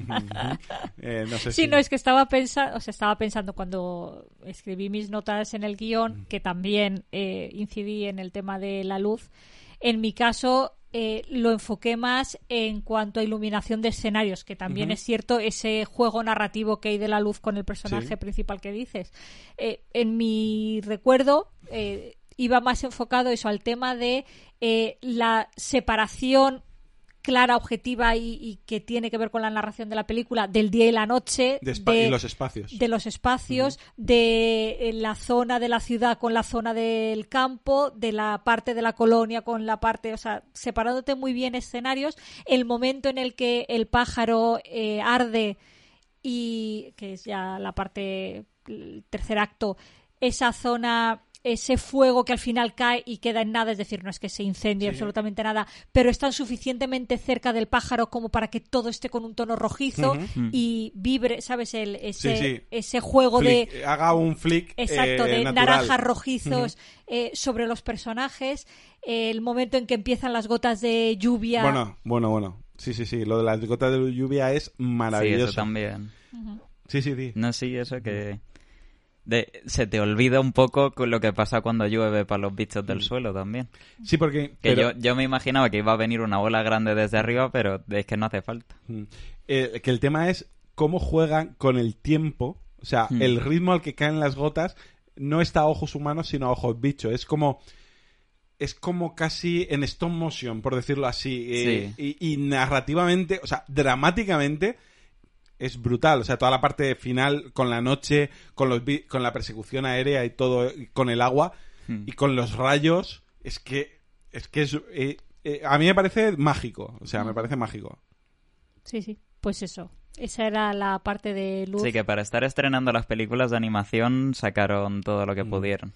sé sí, si... no, es que estaba pensando cuando escribí mis notas en el guión, que también incidí en el tema de la luz. En mi caso, lo enfoqué más en cuanto a iluminación de escenarios, que también es cierto ese juego narrativo que hay de la luz con el personaje principal que dices. En mi recuerdo... iba más enfocado eso al tema de la separación clara, objetiva y que tiene que ver con la narración de la película del día y la noche, y los espacios. De los espacios, de la zona de la ciudad con la zona del campo, de la parte de la colonia con la parte, o sea, separándote muy bien escenarios. El momento en el que el pájaro arde y que es ya la parte, el tercer acto, esa zona, ese fuego que al final cae y queda en nada, es decir, no es que se incendie absolutamente nada, pero están suficientemente cerca del pájaro como para que todo esté con un tono rojizo y vibre, ¿sabes? Ese juego flick, haga un flick exacto, de natural. naranjas rojizos sobre los personajes, el momento en que empiezan las gotas de lluvia. Bueno. Sí, lo de las gotas de lluvia es maravilloso. Sí, eso también. Sí. No, sí, eso que... se te olvida un poco con lo que pasa cuando llueve para los bichos del suelo también. Sí, porque... yo me imaginaba que iba a venir una bola grande desde arriba, pero es que no hace falta. Que el tema es cómo juegan con el tiempo. O sea, el ritmo al que caen las gotas no está a ojos humanos, sino a ojos bicho. Es como casi en stop motion, por decirlo así. Y narrativamente, o sea, dramáticamente... es brutal, o sea, toda la parte final con la noche, con la persecución aérea y todo, y con el agua y con los rayos, es que a mí me parece mágico, o sea, me parece mágico. Sí, pues eso. Esa era la parte de luz. Sí, que para estar estrenando las películas de animación sacaron todo lo que pudieron.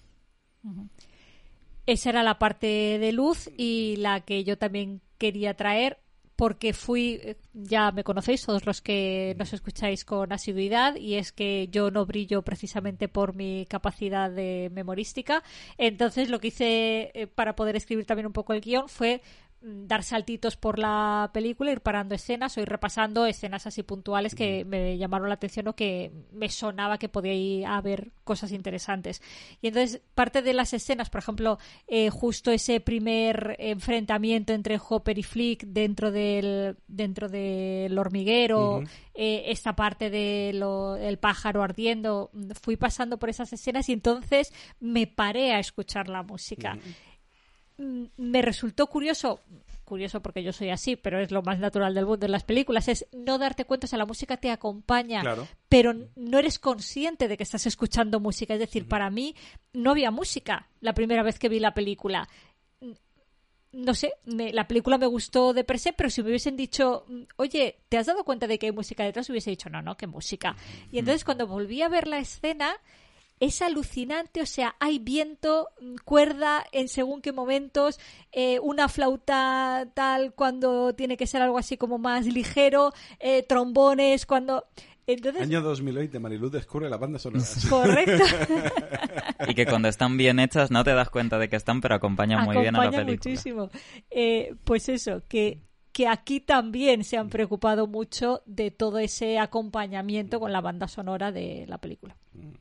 Esa era la parte de luz y la que yo también quería traer, porque ya me conocéis todos los que nos escucháis con asiduidad, y es que yo no brillo precisamente por mi capacidad de memorística. Entonces lo que hice para poder escribir también un poco el guión fue dar saltitos por la película, ir parando escenas o ir repasando escenas así puntuales que me llamaron la atención o que me sonaba que podía haber cosas interesantes. Y entonces parte de las escenas, por ejemplo, justo ese primer enfrentamiento entre Hopper y Flick dentro del hormiguero, esta parte del pájaro ardiendo, fui pasando por esas escenas y entonces me paré a escuchar la música. Me resultó curioso porque yo soy así, pero es lo más natural del mundo en las películas, es no darte cuenta, o sea, la música te acompaña, claro, pero no eres consciente de que estás escuchando música. Es decir, para mí no había música la primera vez que vi la película. No sé, la película me gustó de per se, pero si me hubiesen dicho, oye, ¿te has dado cuenta de que hay música detrás? Hubiese dicho, no, ¿qué música? Y entonces cuando volví a ver la escena, es alucinante, o sea, hay viento, cuerda en según qué momentos, una flauta tal cuando tiene que ser algo así como más ligero, trombones cuando... Entonces... Año 2020, Mariluz descubre la banda sonora. Correcto. Y que cuando están bien hechas no te das cuenta de que están, pero acompañan muy bien a la película. Muchísimo. Pues eso, que aquí también se han preocupado mucho de todo ese acompañamiento con la banda sonora de la película.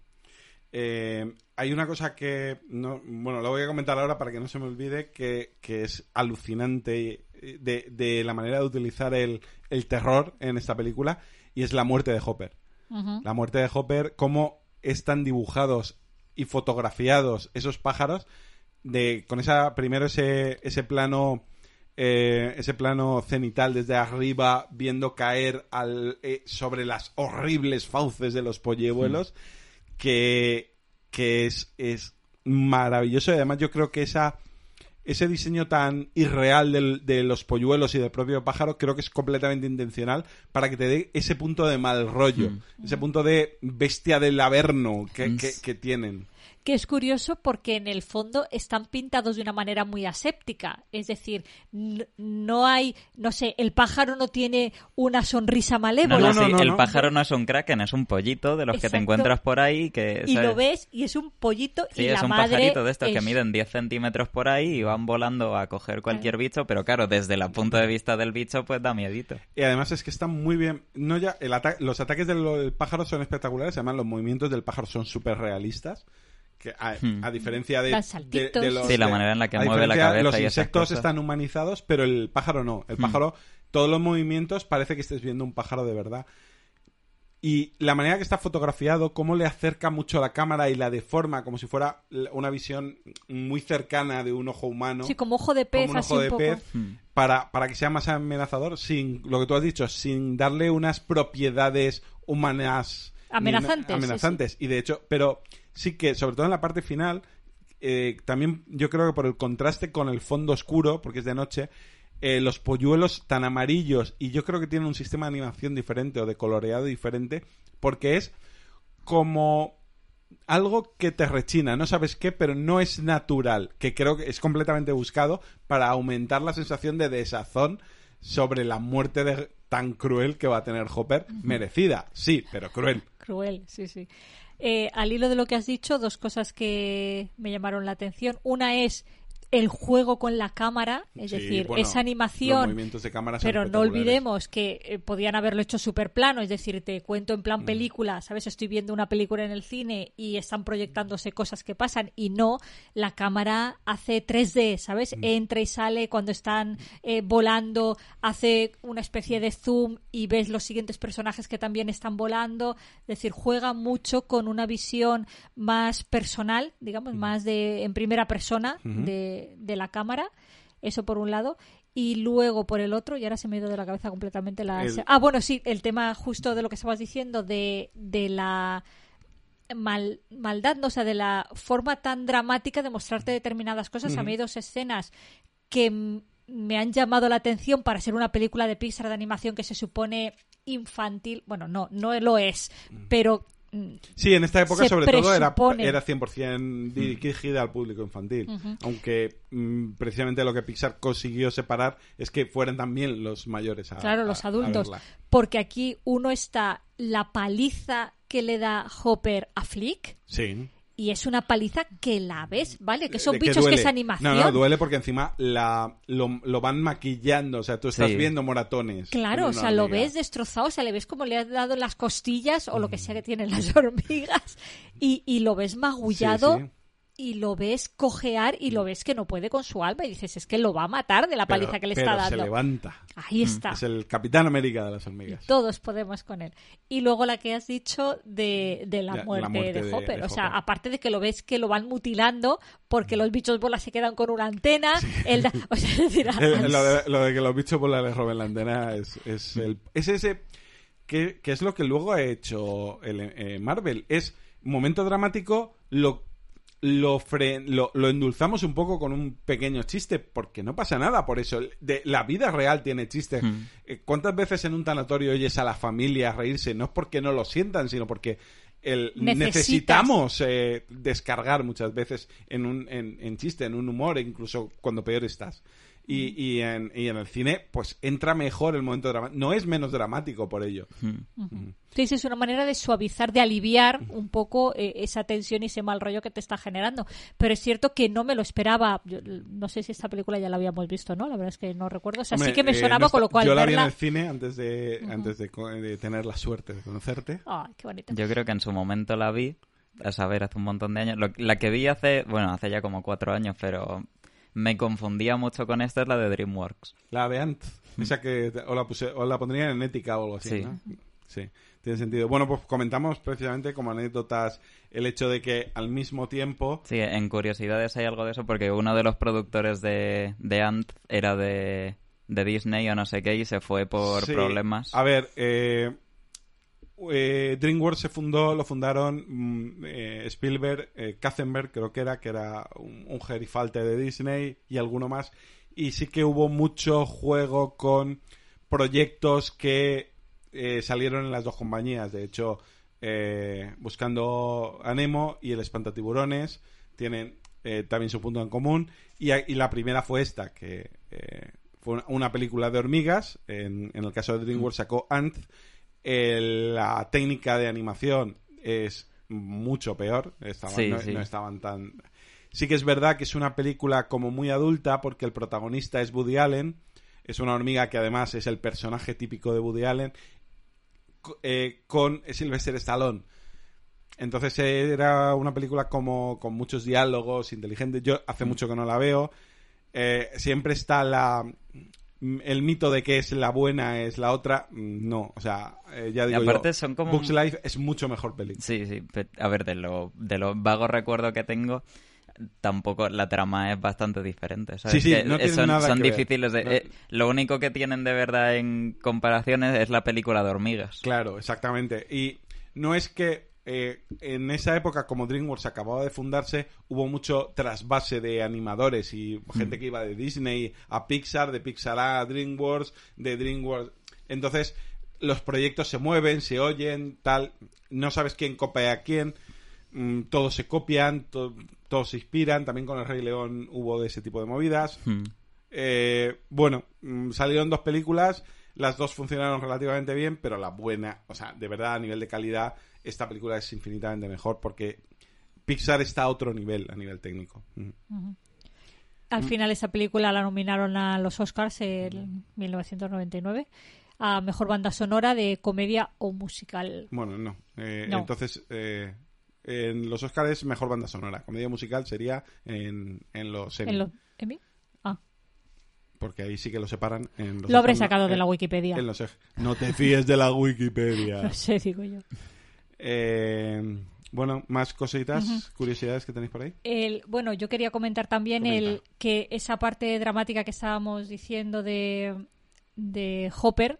Hay una cosa que lo voy a comentar ahora para que no se me olvide, que es alucinante de la manera de utilizar el terror en esta película, y es la muerte de Hopper. Ujú. La muerte de Hopper, cómo están dibujados y fotografiados esos pájaros, con primero ese plano cenital desde arriba, viendo caer sobre las horribles fauces de los polluelos, que es maravilloso. Y además yo creo que ese diseño tan irreal de los polluelos y del propio pájaro, creo que es completamente intencional para que te dé ese punto de mal rollo, ese punto de bestia del averno que tienen. Que es curioso porque en el fondo están pintados de una manera muy aséptica. Es decir, no hay, no sé, el pájaro no tiene una sonrisa malévola. El pájaro no es un kraken, es un pollito de los Exacto. que te encuentras por ahí. Y lo ves y es un pollito sí, y es la un madre pajarito de estos que miden 10 centímetros por ahí y van volando a coger cualquier bicho, pero claro, desde el punto de vista del bicho pues da miedito. Y además es que están muy bien. Los ataques del pájaro son espectaculares, además los movimientos del pájaro son súper realistas. Que a diferencia de los... Sí, la manera en la que mueve la cabeza. Los y insectos están humanizados, pero el pájaro no. El pájaro, todos los movimientos, parece que estés viendo un pájaro de verdad. Y la manera que está fotografiado, cómo le acerca mucho la cámara y la deforma, como si fuera una visión muy cercana de un ojo humano. Sí, como ojo de pez, como un así ojo un de poco. pez, para que sea más amenazador, sin lo que tú has dicho, sin darle unas propiedades humanas amenazantes. Sí. Y de hecho, pero sí que, sobre todo en la parte final, también yo creo que por el contraste con el fondo oscuro, porque es de noche, los polluelos tan amarillos, y yo creo que tienen un sistema de animación diferente o de coloreado diferente, porque es como algo que te rechina, no sabes qué, pero no es natural, que creo que es completamente buscado para aumentar la sensación de desazón sobre la muerte tan cruel que va a tener Hopper. Merecida, sí, pero cruel. Cruel, sí, sí. Al hilo de lo que has dicho, dos cosas que me llamaron la atención. Una es el juego con la cámara, es decir, esa animación, los movimientos de cámara son pero no olvidemos que podían haberlo hecho súper plano, es decir, te cuento en plan película, ¿sabes? Estoy viendo una película en el cine y están proyectándose cosas que pasan, y no, la cámara hace 3D, ¿sabes? Entra y sale cuando están volando, hace una especie de zoom y ves los siguientes personajes que también están volando, es decir, juega mucho con una visión más personal, digamos, más en primera persona de la cámara, eso por un lado, y luego por el otro, y ahora se me ha ido de la cabeza completamente bueno, sí, el tema justo de lo que estabas diciendo de la maldad, no, o sea, de la forma tan dramática de mostrarte determinadas cosas. A mí hay dos escenas que me han llamado la atención para ser una película de Pixar de animación que se supone infantil, bueno, no lo es, pero sí, en esta época sobre todo era 100% dirigida al público infantil, aunque precisamente lo que Pixar consiguió separar es que fueran también los mayores los adultos, a verla. Porque aquí uno está la paliza que le da Hopper a Flick, sí, y es una paliza que la ves, ¿vale? Que son que bichos duele. que es animación. No, duele porque encima lo van maquillando, o sea, tú estás viendo moratones. Claro, o sea, lo ves destrozado, o sea, le ves como le has dado las costillas o lo que sea que tienen las hormigas, y lo ves magullado. Sí. Y lo ves cojear y lo ves que no puede con su alma y dices, es que lo va a matar de la paliza que le está dando. Se levanta. Ahí está. Es el Capitán América de las hormigas. Y todos podemos con él. Y luego la que has dicho de la muerte de Hopper. O sea, aparte de que lo ves que lo van mutilando porque los bichos bolas se quedan con una antena. O sea, es decir, lo de que los bichos bolas le roben la antena es ese que es lo que luego ha hecho Marvel. Es momento dramático, lo endulzamos un poco con un pequeño chiste, porque no pasa nada por eso. La vida real tiene chistes. ¿Cuántas veces en un tanatorio oyes a la familia reírse? No es porque no lo sientan, sino porque necesitamos descargar muchas veces en chiste, en un humor, incluso cuando peor estás. Y en el cine, pues entra mejor el momento dramático. No es menos dramático por ello. Sí, es una manera de suavizar, de aliviar un poco esa tensión y ese mal rollo que te está generando. Pero es cierto que no me lo esperaba. Yo, no sé si esta película ya la habíamos visto, ¿no? La verdad es que no recuerdo. O sea, sí que me sonaba, con lo cual yo la vi en el cine antes de tener la suerte de conocerte. Ay, qué bonito. Yo creo que en su momento la vi, a saber, hace un montón de años. La que vi hace ya como 4 años, pero me confundía mucho con esta, es la de DreamWorks. La de Ant, esa que o la pondrían en ética o algo así, Sí. ¿no? Sí, tiene sentido. Bueno, pues comentamos precisamente como anécdotas el hecho de que al mismo tiempo... Sí, en Curiosidades hay algo de eso, porque uno de los productores de Ant era de Disney o no sé qué, y se fue por Sí. problemas. A ver, DreamWorks lo fundaron Spielberg, Katzenberg creo que era un gerifalte de Disney y alguno más, y sí que hubo mucho juego con proyectos que salieron en las dos compañías. De hecho, Buscando a Nemo y El Espantatiburones tienen también su punto en común, y la primera fue esta, que fue una película de hormigas. En el caso de DreamWorks sacó Ant. La técnica de animación es mucho peor. No estaban tan... Sí que es verdad que es una película como muy adulta, porque el protagonista es Woody Allen. Es una hormiga que además es el personaje típico de Woody Allen, con Sylvester Stallone. Entonces era una película como con muchos diálogos, inteligentes. Yo hace mucho que no la veo. Siempre está el mito de que es la buena, es la otra. No, o sea, ya digo, y aparte son como... Bugs Life es mucho mejor película. Sí, sí. A ver, de lo vago recuerdo que tengo, tampoco la trama es bastante diferente, ¿sabes? Sí, no tiene nada son que difíciles de... ver. lo único que tienen de verdad en comparaciones es la película de hormigas. Claro, exactamente. Y no es que en esa época, como DreamWorks acababa de fundarse, hubo mucho trasvase de animadores y gente que iba de Disney a Pixar, de Pixar a DreamWorks, de DreamWorks... Entonces, los proyectos se mueven, se oyen, tal... No sabes quién copia a quién, todos se copian, todos se inspiran. También con El Rey León hubo de ese tipo de movidas. Bueno, salieron 2 películas, las 2 funcionaron relativamente bien, pero la buena, o sea, de verdad, a nivel de calidad, esta película es infinitamente mejor, porque Pixar está a otro nivel, a nivel técnico. Al final esa película la nominaron a los Oscars en 1999 a Mejor Banda Sonora de Comedia o Musical. Bueno, no. No. Entonces, en los Oscars es Mejor Banda Sonora. Comedia musical sería en los Emmy. ¿En los Emmy? Ah. Porque ahí sí que lo separan. En los Lo habré Oscars, sacado de la Wikipedia. En los no te fíes de la Wikipedia. No sé, digo yo. Bueno, más cositas, curiosidades que tenéis por ahí. Bueno, yo quería comentar también que esa parte dramática que estábamos diciendo de Hopper,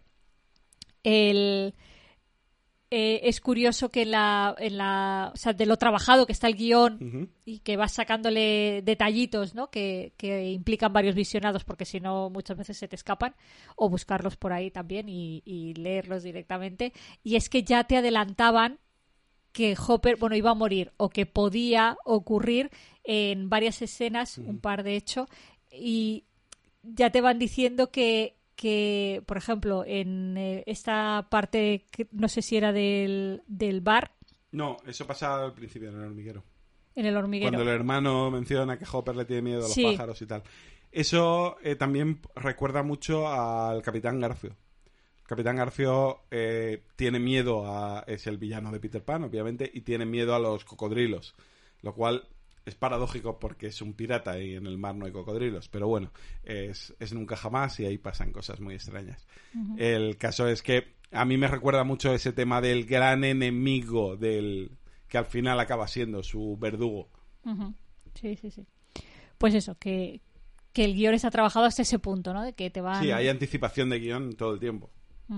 es curioso que o sea, de lo trabajado que está el guión y que vas sacándole detallitos, ¿no? que implican varios visionados, porque si no muchas veces se te escapan, o buscarlos por ahí también y leerlos directamente. Y es que ya te adelantaban que Hopper, bueno, iba a morir, o que podía ocurrir en varias escenas, un par de hecho, y ya te van diciendo que por ejemplo, en esta parte, no sé si era del bar. No, eso pasa al principio, en el hormiguero. En el hormiguero. Cuando el hermano menciona que Hopper le tiene miedo a los Sí. pájaros y tal. Eso también recuerda mucho al Capitán Garfio. Capitán Garfio tiene miedo es el villano de Peter Pan, obviamente, y tiene miedo a los cocodrilos, lo cual es paradójico porque es un pirata y en el mar no hay cocodrilos, pero bueno, es nunca jamás y ahí pasan cosas muy extrañas. El caso es que a mí me recuerda mucho ese tema del gran enemigo que al final acaba siendo su verdugo. Sí. Pues eso, que el guión está trabajado hasta ese punto, ¿no? De que te van... Sí, hay anticipación de guión todo el tiempo.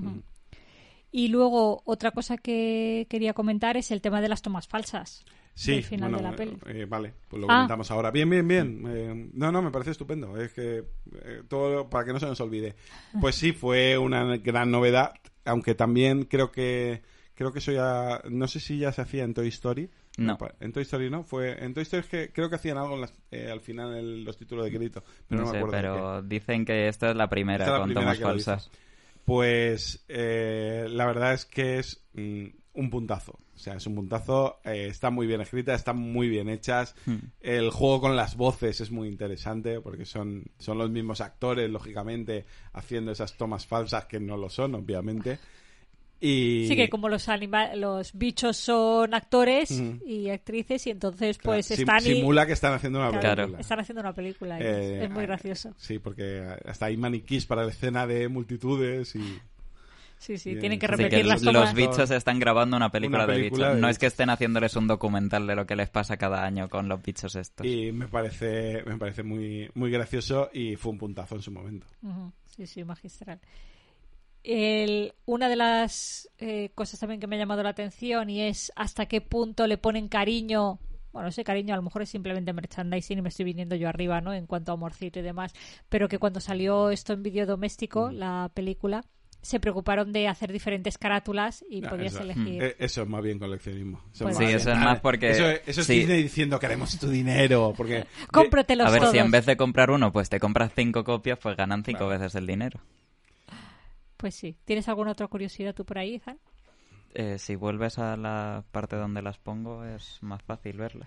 Y luego, otra cosa que quería comentar es el tema de las tomas falsas. Sí, del final de la peli. Vale, pues lo comentamos ahora. Bien. No, me parece estupendo. Es que todo para que no se nos olvide. Pues sí, fue una gran novedad, aunque también creo que eso ya, no sé si ya se hacía en Toy Story. No. En Toy Story no, en Toy Story es que creo que hacían algo al final en los títulos de crédito, pero no me acuerdo. Pero dicen que esta es la primera con tomas falsas. Pues la verdad es que es un puntazo. O sea, es un puntazo. Está muy bien escrita, están muy bien hechas. El juego con las voces es muy interesante porque son los mismos actores, lógicamente, haciendo esas tomas falsas que no lo son, obviamente. Y... Sí, que como los bichos son actores y actrices, y entonces pues están... Simula que están haciendo una película. Claro. Están haciendo una película. Es muy gracioso. Sí, porque hasta hay maniquís para la escena de multitudes y... Sí, Bien. tienen que Así repetir que las tomas. los bichos están grabando una película de bichos. No es que bichos. estén haciéndoles un documental de lo que les pasa cada año con los bichos estos. Y me parece muy, muy gracioso y fue un puntazo en su momento. Sí, magistral. Una de las cosas también que me ha llamado la atención y es hasta qué punto le ponen cariño. Bueno, ese cariño a lo mejor es simplemente merchandising y me estoy viniendo yo arriba, ¿no? En cuanto a amorcito y demás. Pero que cuando salió esto en vídeo doméstico, la película, se preocuparon de hacer diferentes carátulas y podías elegir. Eso es más bien coleccionismo. Pues sí, eso es más porque... Eso es Disney diciendo queremos tu dinero. Porque Cómpratelos A ver, todos. si en vez de comprar uno, pues te compras 5 copias, pues ganan 5 veces el dinero. Pues sí. ¿Tienes alguna otra curiosidad tú por ahí, Izan? Si vuelves a la parte donde las pongo, es más fácil verlas.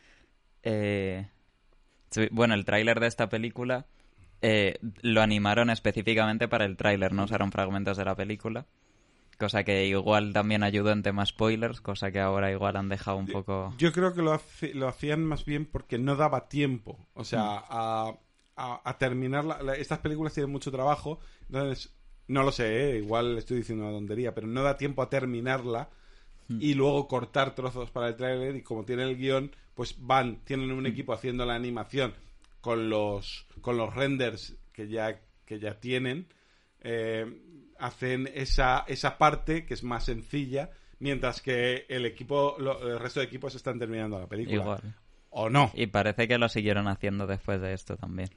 Bueno, el tráiler de esta película lo animaron específicamente para el tráiler, no usaron fragmentos de la película. Cosa que igual también ayudó en temas spoilers, cosa que ahora igual han dejado un poco... Yo creo que lo hacían más bien porque no daba tiempo. O sea, a terminar... Estas películas tienen mucho trabajo, entonces... No lo sé, igual estoy diciendo una tontería, pero no da tiempo a terminarla y luego cortar trozos para el tráiler, y como tienen el guión, pues tienen un equipo haciendo la animación con los renders que ya tienen, hacen esa parte que es más sencilla, mientras que el resto de equipos están terminando la película. Igual. ¿O no? Y parece que lo siguieron haciendo después de esto también.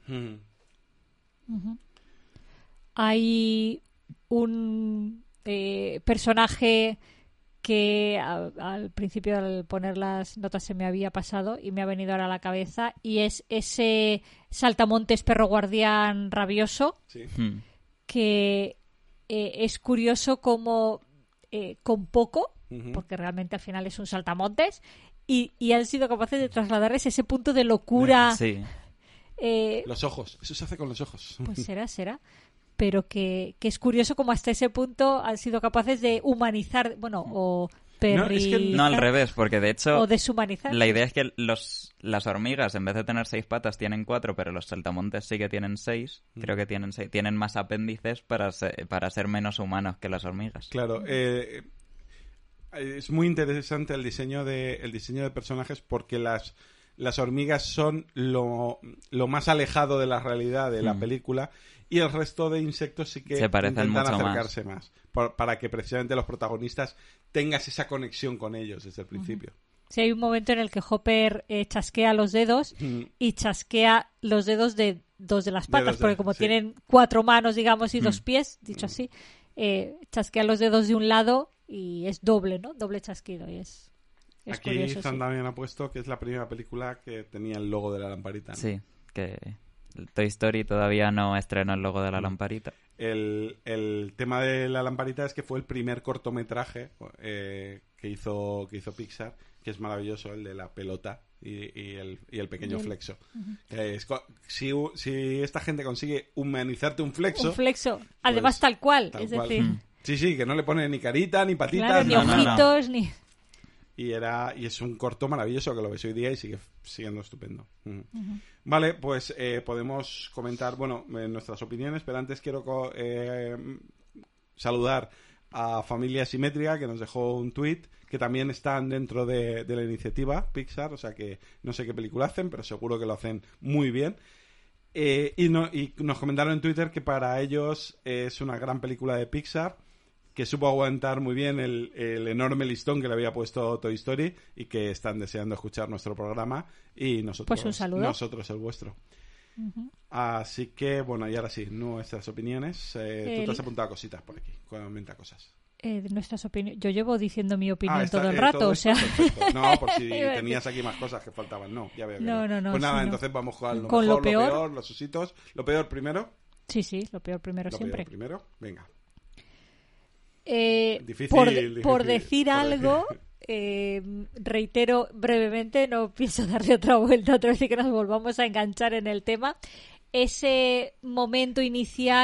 Hay un personaje que al principio al poner las notas se me había pasado y me ha venido ahora a la cabeza, y es ese saltamontes perro guardián rabioso, Sí. que es curioso como con poco, porque realmente al final es un saltamontes, y han sido capaces de trasladarles ese punto de locura. Sí. Los ojos, eso se hace con los ojos. Pues será. Pero que es curioso como hasta ese punto han sido capaces de humanizar, bueno, o perrizar. No, No, al revés, porque de hecho o deshumanizar. la idea es que las hormigas, en vez de tener 6 patas, tienen 4, pero los saltamontes sí que tienen 6. Creo que tienen 6. Tienen más apéndices para ser menos humanos que las hormigas. Claro, es muy interesante el diseño de personajes, porque las hormigas son lo más alejado de la realidad de la película, y el resto de insectos sí que se parecen intentan mucho acercarse más para que precisamente los protagonistas tengas esa conexión con ellos desde el principio. Sí, hay un momento en el que Hopper chasquea los dedos y chasquea los dedos de 2 de las patas, porque como tienen 4 manos, digamos, y 2 pies, dicho así, chasquea los dedos de un lado y es doble, ¿no? Doble chasquido, y es Aquí curioso, Zan también ha puesto que es la primera película que tenía el logo de la lamparita, ¿no? Sí, que Toy Story todavía no estrenó el logo de la lamparita. El tema de la lamparita es que fue el primer cortometraje que hizo Pixar, que es maravilloso, el de la pelota y el pequeño flexo. Si esta gente consigue humanizarte un flexo... Un flexo, además pues, tal cual, tal es cual. decir... Sí, que no le pone ni carita, ni patitas, Claro, ni ojitos, ni... Y es un corto maravilloso que lo ves hoy día y sigue siendo estupendo. Vale, pues podemos comentar, nuestras opiniones, pero antes quiero saludar a Familia Simétrica, que nos dejó un tweet, que también están dentro de la iniciativa Pixar, o sea que no sé qué película hacen, pero seguro que lo hacen muy bien. Y nos comentaron en Twitter que para ellos es una gran película de Pixar, que supo aguantar muy bien el enorme listón que le había puesto Toy Story, y que están deseando escuchar nuestro programa, y nosotros, pues un saludo. Nosotros el vuestro. Así que, y ahora sí, nuestras opiniones. Tú te has apuntado cositas por aquí, comenta cosas. Nuestras opiniones. Yo llevo diciendo mi opinión Está, todo el rato, todo o sea... perfecto. No, por si tenías aquí más cosas que faltaban. No, ya veo que No. Pues nada, sí, entonces vamos con Con lo lo mejor, peor. lo peor, los ositos. ¿Lo peor primero? Sí, lo peor primero siempre. Lo peor primero, venga. Por decir algo, reitero brevemente, no pienso darle otra vuelta otra vez y que nos volvamos a enganchar en el tema. Ese momento inicial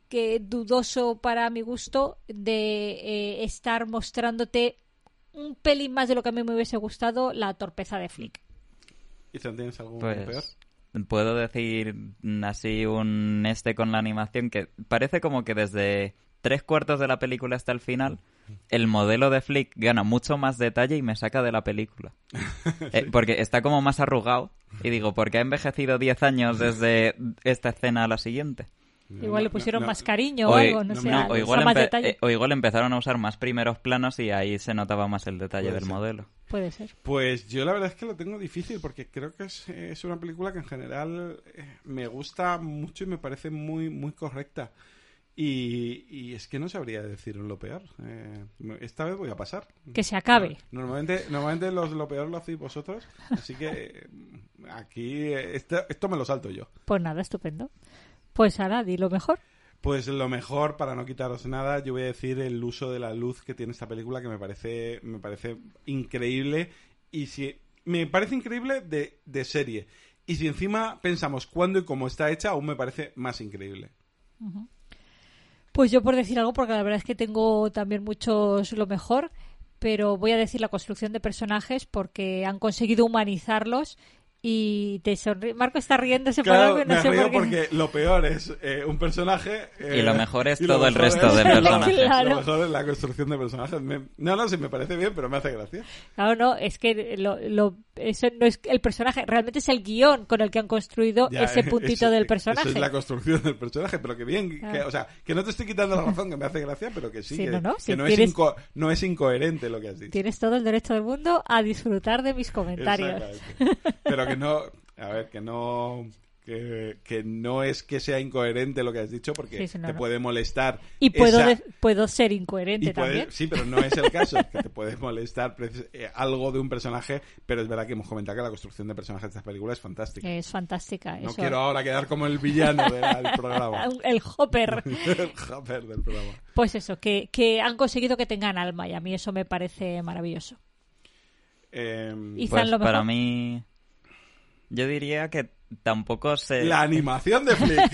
que dudoso para mi gusto de estar mostrándote un pelín más de lo que a mí me hubiese gustado la torpeza de Flick. ¿Y tienes algún Pues peor? puedo decir así con la animación que parece como que desde 3/4 de la película hasta el final el modelo de Flick gana mucho más detalle y me saca de la película. Porque está como más arrugado y digo, ¿por qué ha envejecido 10 años desde esta escena a la siguiente? Igual le pusieron más cariño o algo, no sé. o igual más detalle. o igual empezaron a usar más primeros planos y ahí se notaba más el detalle del modelo. Puede ser. Pues yo la verdad es que lo tengo difícil porque creo que es una película que en general me gusta mucho y me parece muy, muy correcta. Y es que no sabría decir lo peor. Esta vez voy a pasar. Que se acabe. Normalmente lo peor lo hacéis vosotros, así que aquí esto me lo salto yo. Pues nada, estupendo. Pues ahora, di lo mejor. Pues lo mejor, para no quitaros nada, yo voy a decir el uso de la luz que tiene esta película, que me parece increíble. Y me parece increíble de serie. Y si encima pensamos cuándo y cómo está hecha, aún me parece más increíble. Uh-huh. Pues yo por decir algo, porque la verdad es que tengo también muchos lo mejor, pero voy a decir la construcción de personajes porque han conseguido humanizarlos. Y te sonríe. Marco está riéndose por algo y no sé por qué. Porque lo peor es un personaje. Y lo mejor es todo el resto del personaje. Claro. Lo mejor es la construcción de personajes. No, sí me parece bien, pero me hace gracia. Claro, no, es que eso no es el personaje, realmente es el guión con el que han construido ese puntito del personaje. Eso es la construcción del personaje, pero que bien. Claro. Que no te estoy quitando la razón, que me hace gracia, pero que sí. Sí, que no es incoherente lo que has dicho. Tienes todo el derecho del mundo a disfrutar de mis comentarios. Pero que no, a ver, que no es que sea incoherente lo que has dicho, porque te puede molestar. Y puedo ser incoherente también. Sí, pero no es el caso, que te puede molestar algo de un personaje, pero es verdad que hemos comentado que la construcción de personajes de esta película es fantástica. Es fantástica. No quiero ahora quedar como el villano del programa. El Hopper. El Hopper del programa. Pues eso, que han conseguido que tengan alma y a mí eso me parece maravilloso. Pues para mí... Yo diría que tampoco sé... La animación de Flick.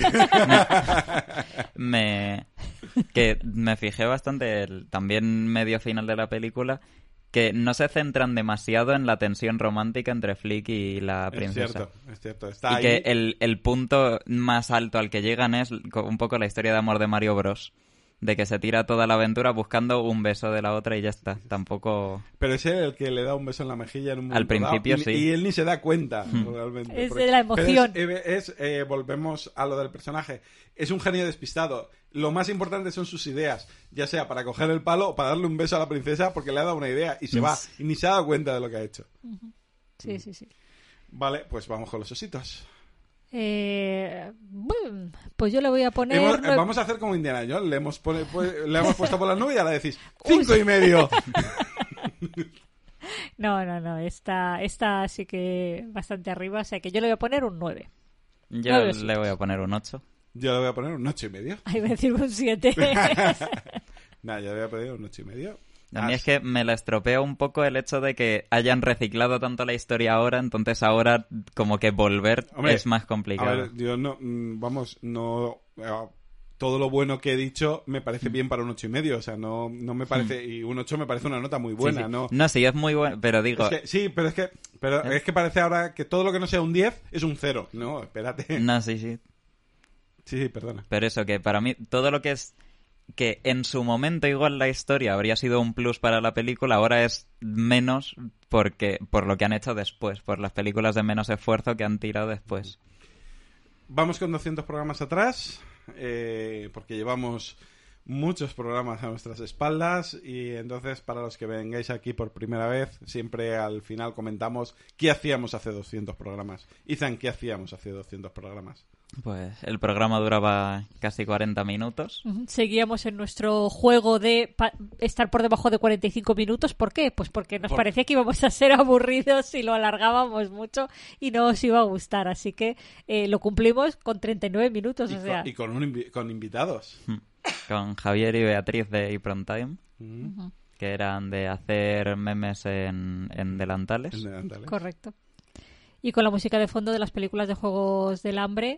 que me fijé bastante, también medio final de la película, que no se centran demasiado en la tensión romántica entre Flick y la princesa. Es cierto. Está ahí. Que el punto más alto al que llegan es un poco la historia de amor de Mario Bros. De que se tira toda la aventura buscando un beso de la otra y ya está. Tampoco... Pero es él el que le da un beso en la mejilla en un momento al principio dado, sí. Y él ni se da cuenta, realmente. Es de la emoción. Volvemos a lo del personaje. Es un genio despistado. Lo más importante son sus ideas. Ya sea para coger el palo o para darle un beso a la princesa porque le ha dado una idea y se va. Y ni se ha dado cuenta de lo que ha hecho. Sí. Vale, pues vamos con los ositos. Pues yo le voy a poner... Vamos a hacer como Indiana Jones. Le hemos puesto por la nube y ahora decís 5,5. No. Esta sí que bastante arriba. O sea que yo le voy a poner un 9. Yo le voy a poner un 8. Yo le voy a poner un 8,5. Ahí voy a decir un 7. Yo le voy a poner un 8,5. A mí es que me la estropea un poco el hecho de que hayan reciclado tanto la historia ahora, entonces ahora como que volver es más complicado. A ver, yo todo lo bueno que he dicho me parece bien para un 8,5, o sea, no me parece, y un 8 me parece una nota muy buena, sí. ¿no? No, sí, es muy bueno, pero digo... Es que parece ahora que todo lo que no sea un 10 es un 0, no, espérate. No, sí. Sí, perdona. Pero eso, que para mí todo lo que es... que en su momento igual la historia habría sido un plus para la película, ahora es menos por lo que han hecho después, por las películas de menos esfuerzo que han tirado después. Vamos con 200 programas atrás, porque llevamos muchos programas a nuestras espaldas y entonces para los que vengáis aquí por primera vez, siempre al final comentamos qué hacíamos hace 200 programas. Izan, ¿qué hacíamos hace 200 programas? Pues el programa duraba casi 40 minutos. Seguíamos en nuestro juego de estar por debajo de 45 minutos. ¿Por qué? Pues porque nos parecía que íbamos a ser aburridos si lo alargábamos mucho y no os iba a gustar. Así que lo cumplimos con 39 minutos. Y con invitados. Con Javier y Beatriz de Ipron Time, que eran de hacer memes en delantales. Correcto. Y con la música de fondo de las películas de Juegos del Hambre,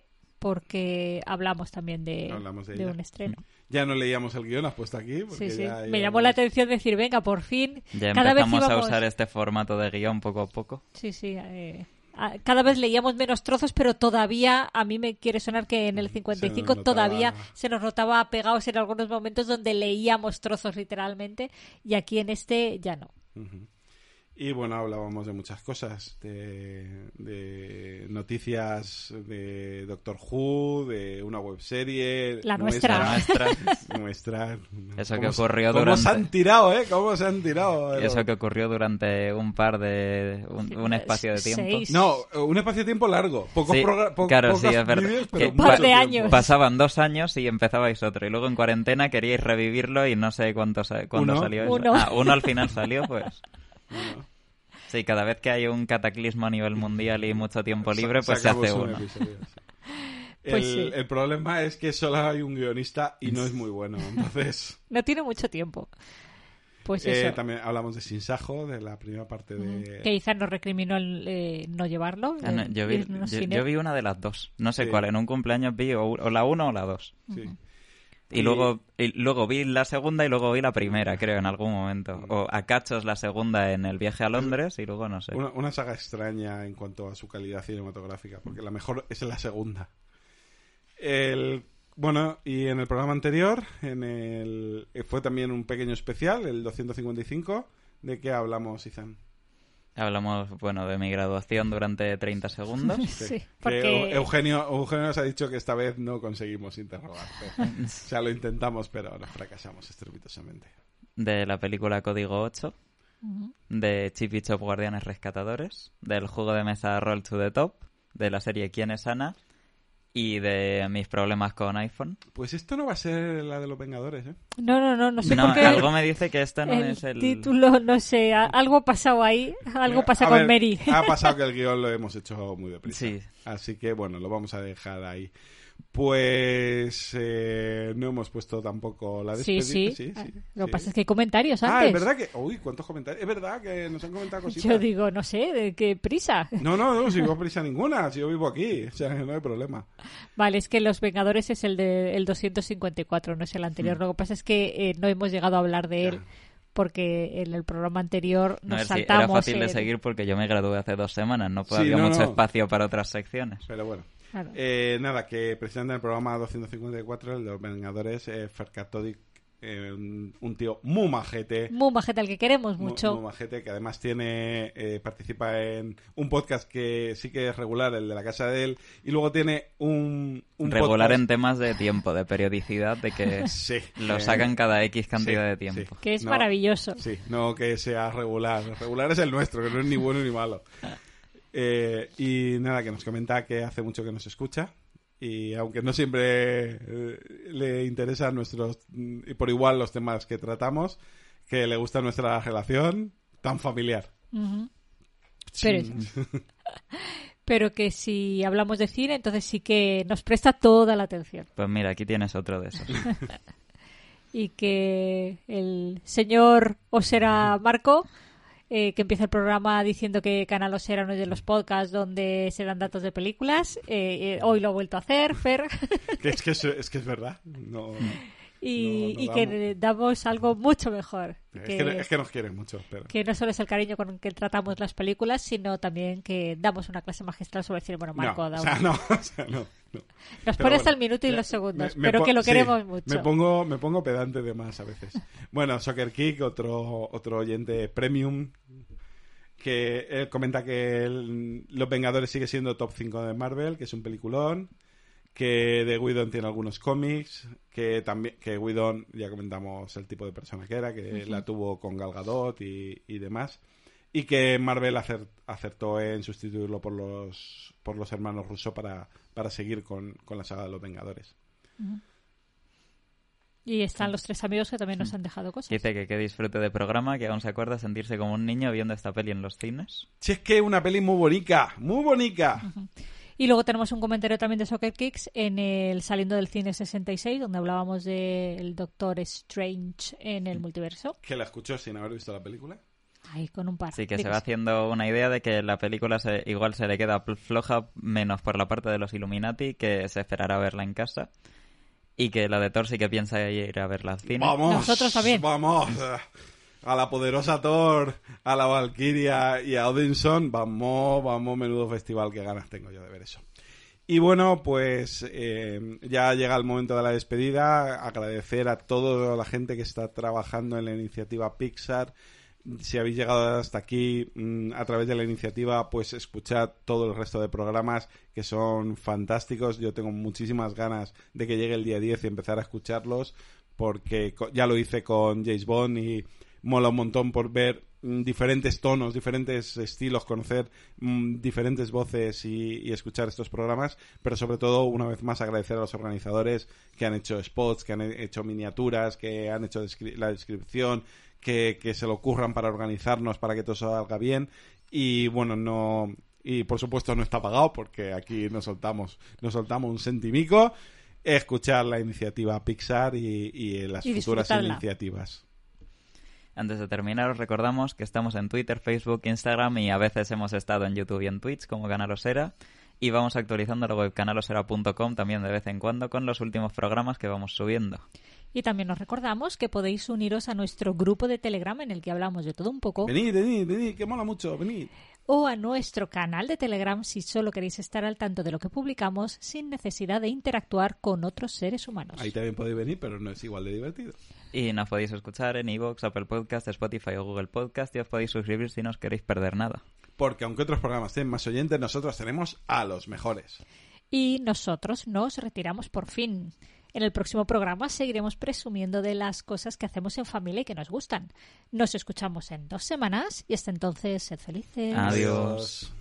porque hablamos también de un estreno. Ya no leíamos el guión, has puesto aquí. Porque Sí. ya Me llamó la atención decir, venga, por fin. Ya cada vez empezamos a íbamos... usar este formato de guión poco a poco. Sí. Cada vez leíamos menos trozos, pero todavía a mí me quiere sonar que en el 55 todavía se nos notaba pegados en algunos momentos donde leíamos trozos literalmente, y aquí en este ya no. Uh-huh. Y bueno, hablábamos de muchas cosas, de noticias de Doctor Who, de una webserie. La nuestra. Nuestra. Eso que ocurrió ¿Cómo durante... se han tirado, ¿Cómo se han tirado? Eso que ocurrió durante un espacio de tiempo. 6. No, un espacio de tiempo largo. Sí, claro, sí, es verdad. Vídeos, Que un par de años. Pasaban 2 años y empezabais otro. Y luego en cuarentena queríais revivirlo y no sé cuándo salió eso. Uno. Uno al final salió, pues... Bueno. Sí, cada vez que hay un cataclismo a nivel mundial y mucho tiempo libre, pues se hace uno. Episodio, sí. Pues sí. El problema es que solo hay un guionista y no es muy bueno, entonces... No tiene mucho tiempo. Pues eso. También hablamos de Sin Sajo, de la primera parte de... Que Izan nos recriminó no llevarlo. Yo vi una de las dos. No sé Sí. cuál. En un cumpleaños vi o la 1 o la 2. Sí. Y luego vi la segunda y luego vi la primera, creo, en algún momento. O a cachos la segunda en el viaje a Londres y luego no sé. Una saga extraña en cuanto a su calidad cinematográfica, porque la mejor es la segunda. Bueno, y en el programa anterior fue también un pequeño especial, el 255. ¿De qué hablamos, Izan? Hablamos, de mi graduación durante 30 segundos. Sí, Que porque... Eugenio nos ha dicho que esta vez no conseguimos interrogarte. O sea, lo intentamos, pero nos fracasamos estrepitosamente. De la película Código 8. Ujú. De Chip y Chop Guardianes Rescatadores. Del juego de mesa Roll to the Top. De la serie ¿Quién es Ana? Y de mis problemas con iPhone. Pues esto no va a ser la de los Vengadores, ¿eh? No sé No, por qué. algo me dice que esto no es el... título, no sé, algo ha pasado ahí, algo pasa A con ver, Mary. Ha pasado que el guión lo hemos hecho muy deprisa. Sí. Así que, bueno, lo vamos a dejar ahí. Pues no hemos puesto tampoco la Sí. despedida. Lo que pasa es que hay comentarios antes. Es verdad que... Uy, ¿cuántos comentarios? Es verdad que nos han comentado cositas. Yo digo, no sé, ¿de qué prisa? No, si no prisa ninguna. Si yo vivo aquí. O sea, no hay problema. Vale, es que Los Vengadores es el 254, no es el anterior. Lo que pasa es que no hemos llegado a hablar de él. Porque en el programa anterior nos saltamos... Era fácil de seguir porque yo me gradué hace 2 semanas. No Sí, había mucho no. espacio para otras secciones. Pero bueno. Claro. Nada, que precisamente en el programa 254, el de los Vengadores, Ferkat Todik, un tío muy majete. Muy majete, al que queremos mucho. Muy majete, que además participa en un podcast que sí que es regular, el de la casa de él, y luego tiene un regular podcast... en temas de tiempo, de periodicidad, de que Sí, lo sacan cada X cantidad de tiempo. sí. Que es No, maravilloso. Sí, no que sea regular. Regular es el nuestro, que no es ni bueno ni malo. Y nada, que nos comenta que hace mucho que nos escucha. Y aunque no siempre le interesan y por igual los temas que tratamos, que le gusta nuestra relación tan familiar. Ujú. Pero que si hablamos de cine, entonces sí que nos presta toda la atención. Pues mira, aquí tienes otro de esos. Y que el señor Osera Marco, que empieza el programa diciendo que Canal Osera no es de los podcasts donde se dan datos de películas, hoy lo ha vuelto a hacer, Fer. Es que es verdad. No y que damos algo mucho mejor. Es que nos quieren mucho. Pero... Que no solo es el cariño con que tratamos las películas, sino también que damos una clase magistral sobre el cine. Bueno, Marco no. Nos pone hasta el minuto y los segundos, pero que lo queremos mucho. Me pongo pedante de más a veces. Bueno, Soccer Kick, otro oyente premium, que él comenta que Los Vengadores sigue siendo top 5 de Marvel, que es un peliculón, que de Whedon tiene algunos cómics, que Whedon, ya comentamos el tipo de persona que era, que la tuvo con Gal Gadot y demás, y que Marvel acertó en sustituirlo por los hermanos Russo para seguir con la saga de Los Vengadores. Y están los 3 amigos que también nos han dejado cosas. Dice que disfrute de programa, que aún se acuerda sentirse como un niño viendo esta peli en los cines. Si es que es una peli muy bonita, muy bonita. Y luego tenemos un comentario también de Soccer Kicks en el Saliendo del Cine 66, donde hablábamos del Doctor Strange en el multiverso. Que la escuchó sin haber visto la película. Ahí, con un par. Sí, que Di se va haciendo una idea de que la película igual se le queda floja, menos por la parte de los Illuminati, que se esperará verla en casa. Y que la de Thor sí que piensa ir a verla al cine. ¡Vamos! Nosotros también. ¡Vamos! A la poderosa Thor, a la Valkyria y a Odinson. Vamos, menudo festival, qué ganas tengo yo de ver eso. Y bueno, pues ya llega el momento de la despedida. Agradecer a toda la gente que está trabajando en la iniciativa Pixar. Si habéis llegado hasta aquí a través de la iniciativa, pues escuchad todo el resto de programas que son fantásticos. Yo tengo muchísimas ganas de que llegue el día 10 y empezar a escucharlos, porque ya lo hice con James Bond y mola un montón por ver diferentes tonos, diferentes estilos, conocer diferentes voces y escuchar estos programas, pero sobre todo, una vez más, agradecer a los organizadores que han hecho spots, que han hecho miniaturas, que han hecho la descripción, que se lo ocurran para organizarnos, para que todo salga bien. Y bueno, y por supuesto no está pagado, porque aquí nos soltamos un centimico. Escuchar la iniciativa Pixar y las futuras iniciativas. Antes de terminar, os recordamos que estamos en Twitter, Facebook, Instagram y a veces hemos estado en YouTube y en Twitch como Canalosera. Y vamos actualizando la web canalosera.com también de vez en cuando con los últimos programas que vamos subiendo. Y también os recordamos que podéis uniros a nuestro grupo de Telegram en el que hablamos de todo un poco. Venid, que mola mucho, venid. O a nuestro canal de Telegram si solo queréis estar al tanto de lo que publicamos sin necesidad de interactuar con otros seres humanos. Ahí también podéis venir, pero no es igual de divertido. Y nos podéis escuchar en iVoox, Apple Podcast, Spotify o Google Podcast y os podéis suscribir si no os queréis perder nada. Porque aunque otros programas tienen más oyentes, nosotros tenemos a los mejores. Y nosotros nos retiramos por fin. En el próximo programa seguiremos presumiendo de las cosas que hacemos en familia y que nos gustan. Nos escuchamos en 2 semanas y hasta entonces, sed felices. Adiós.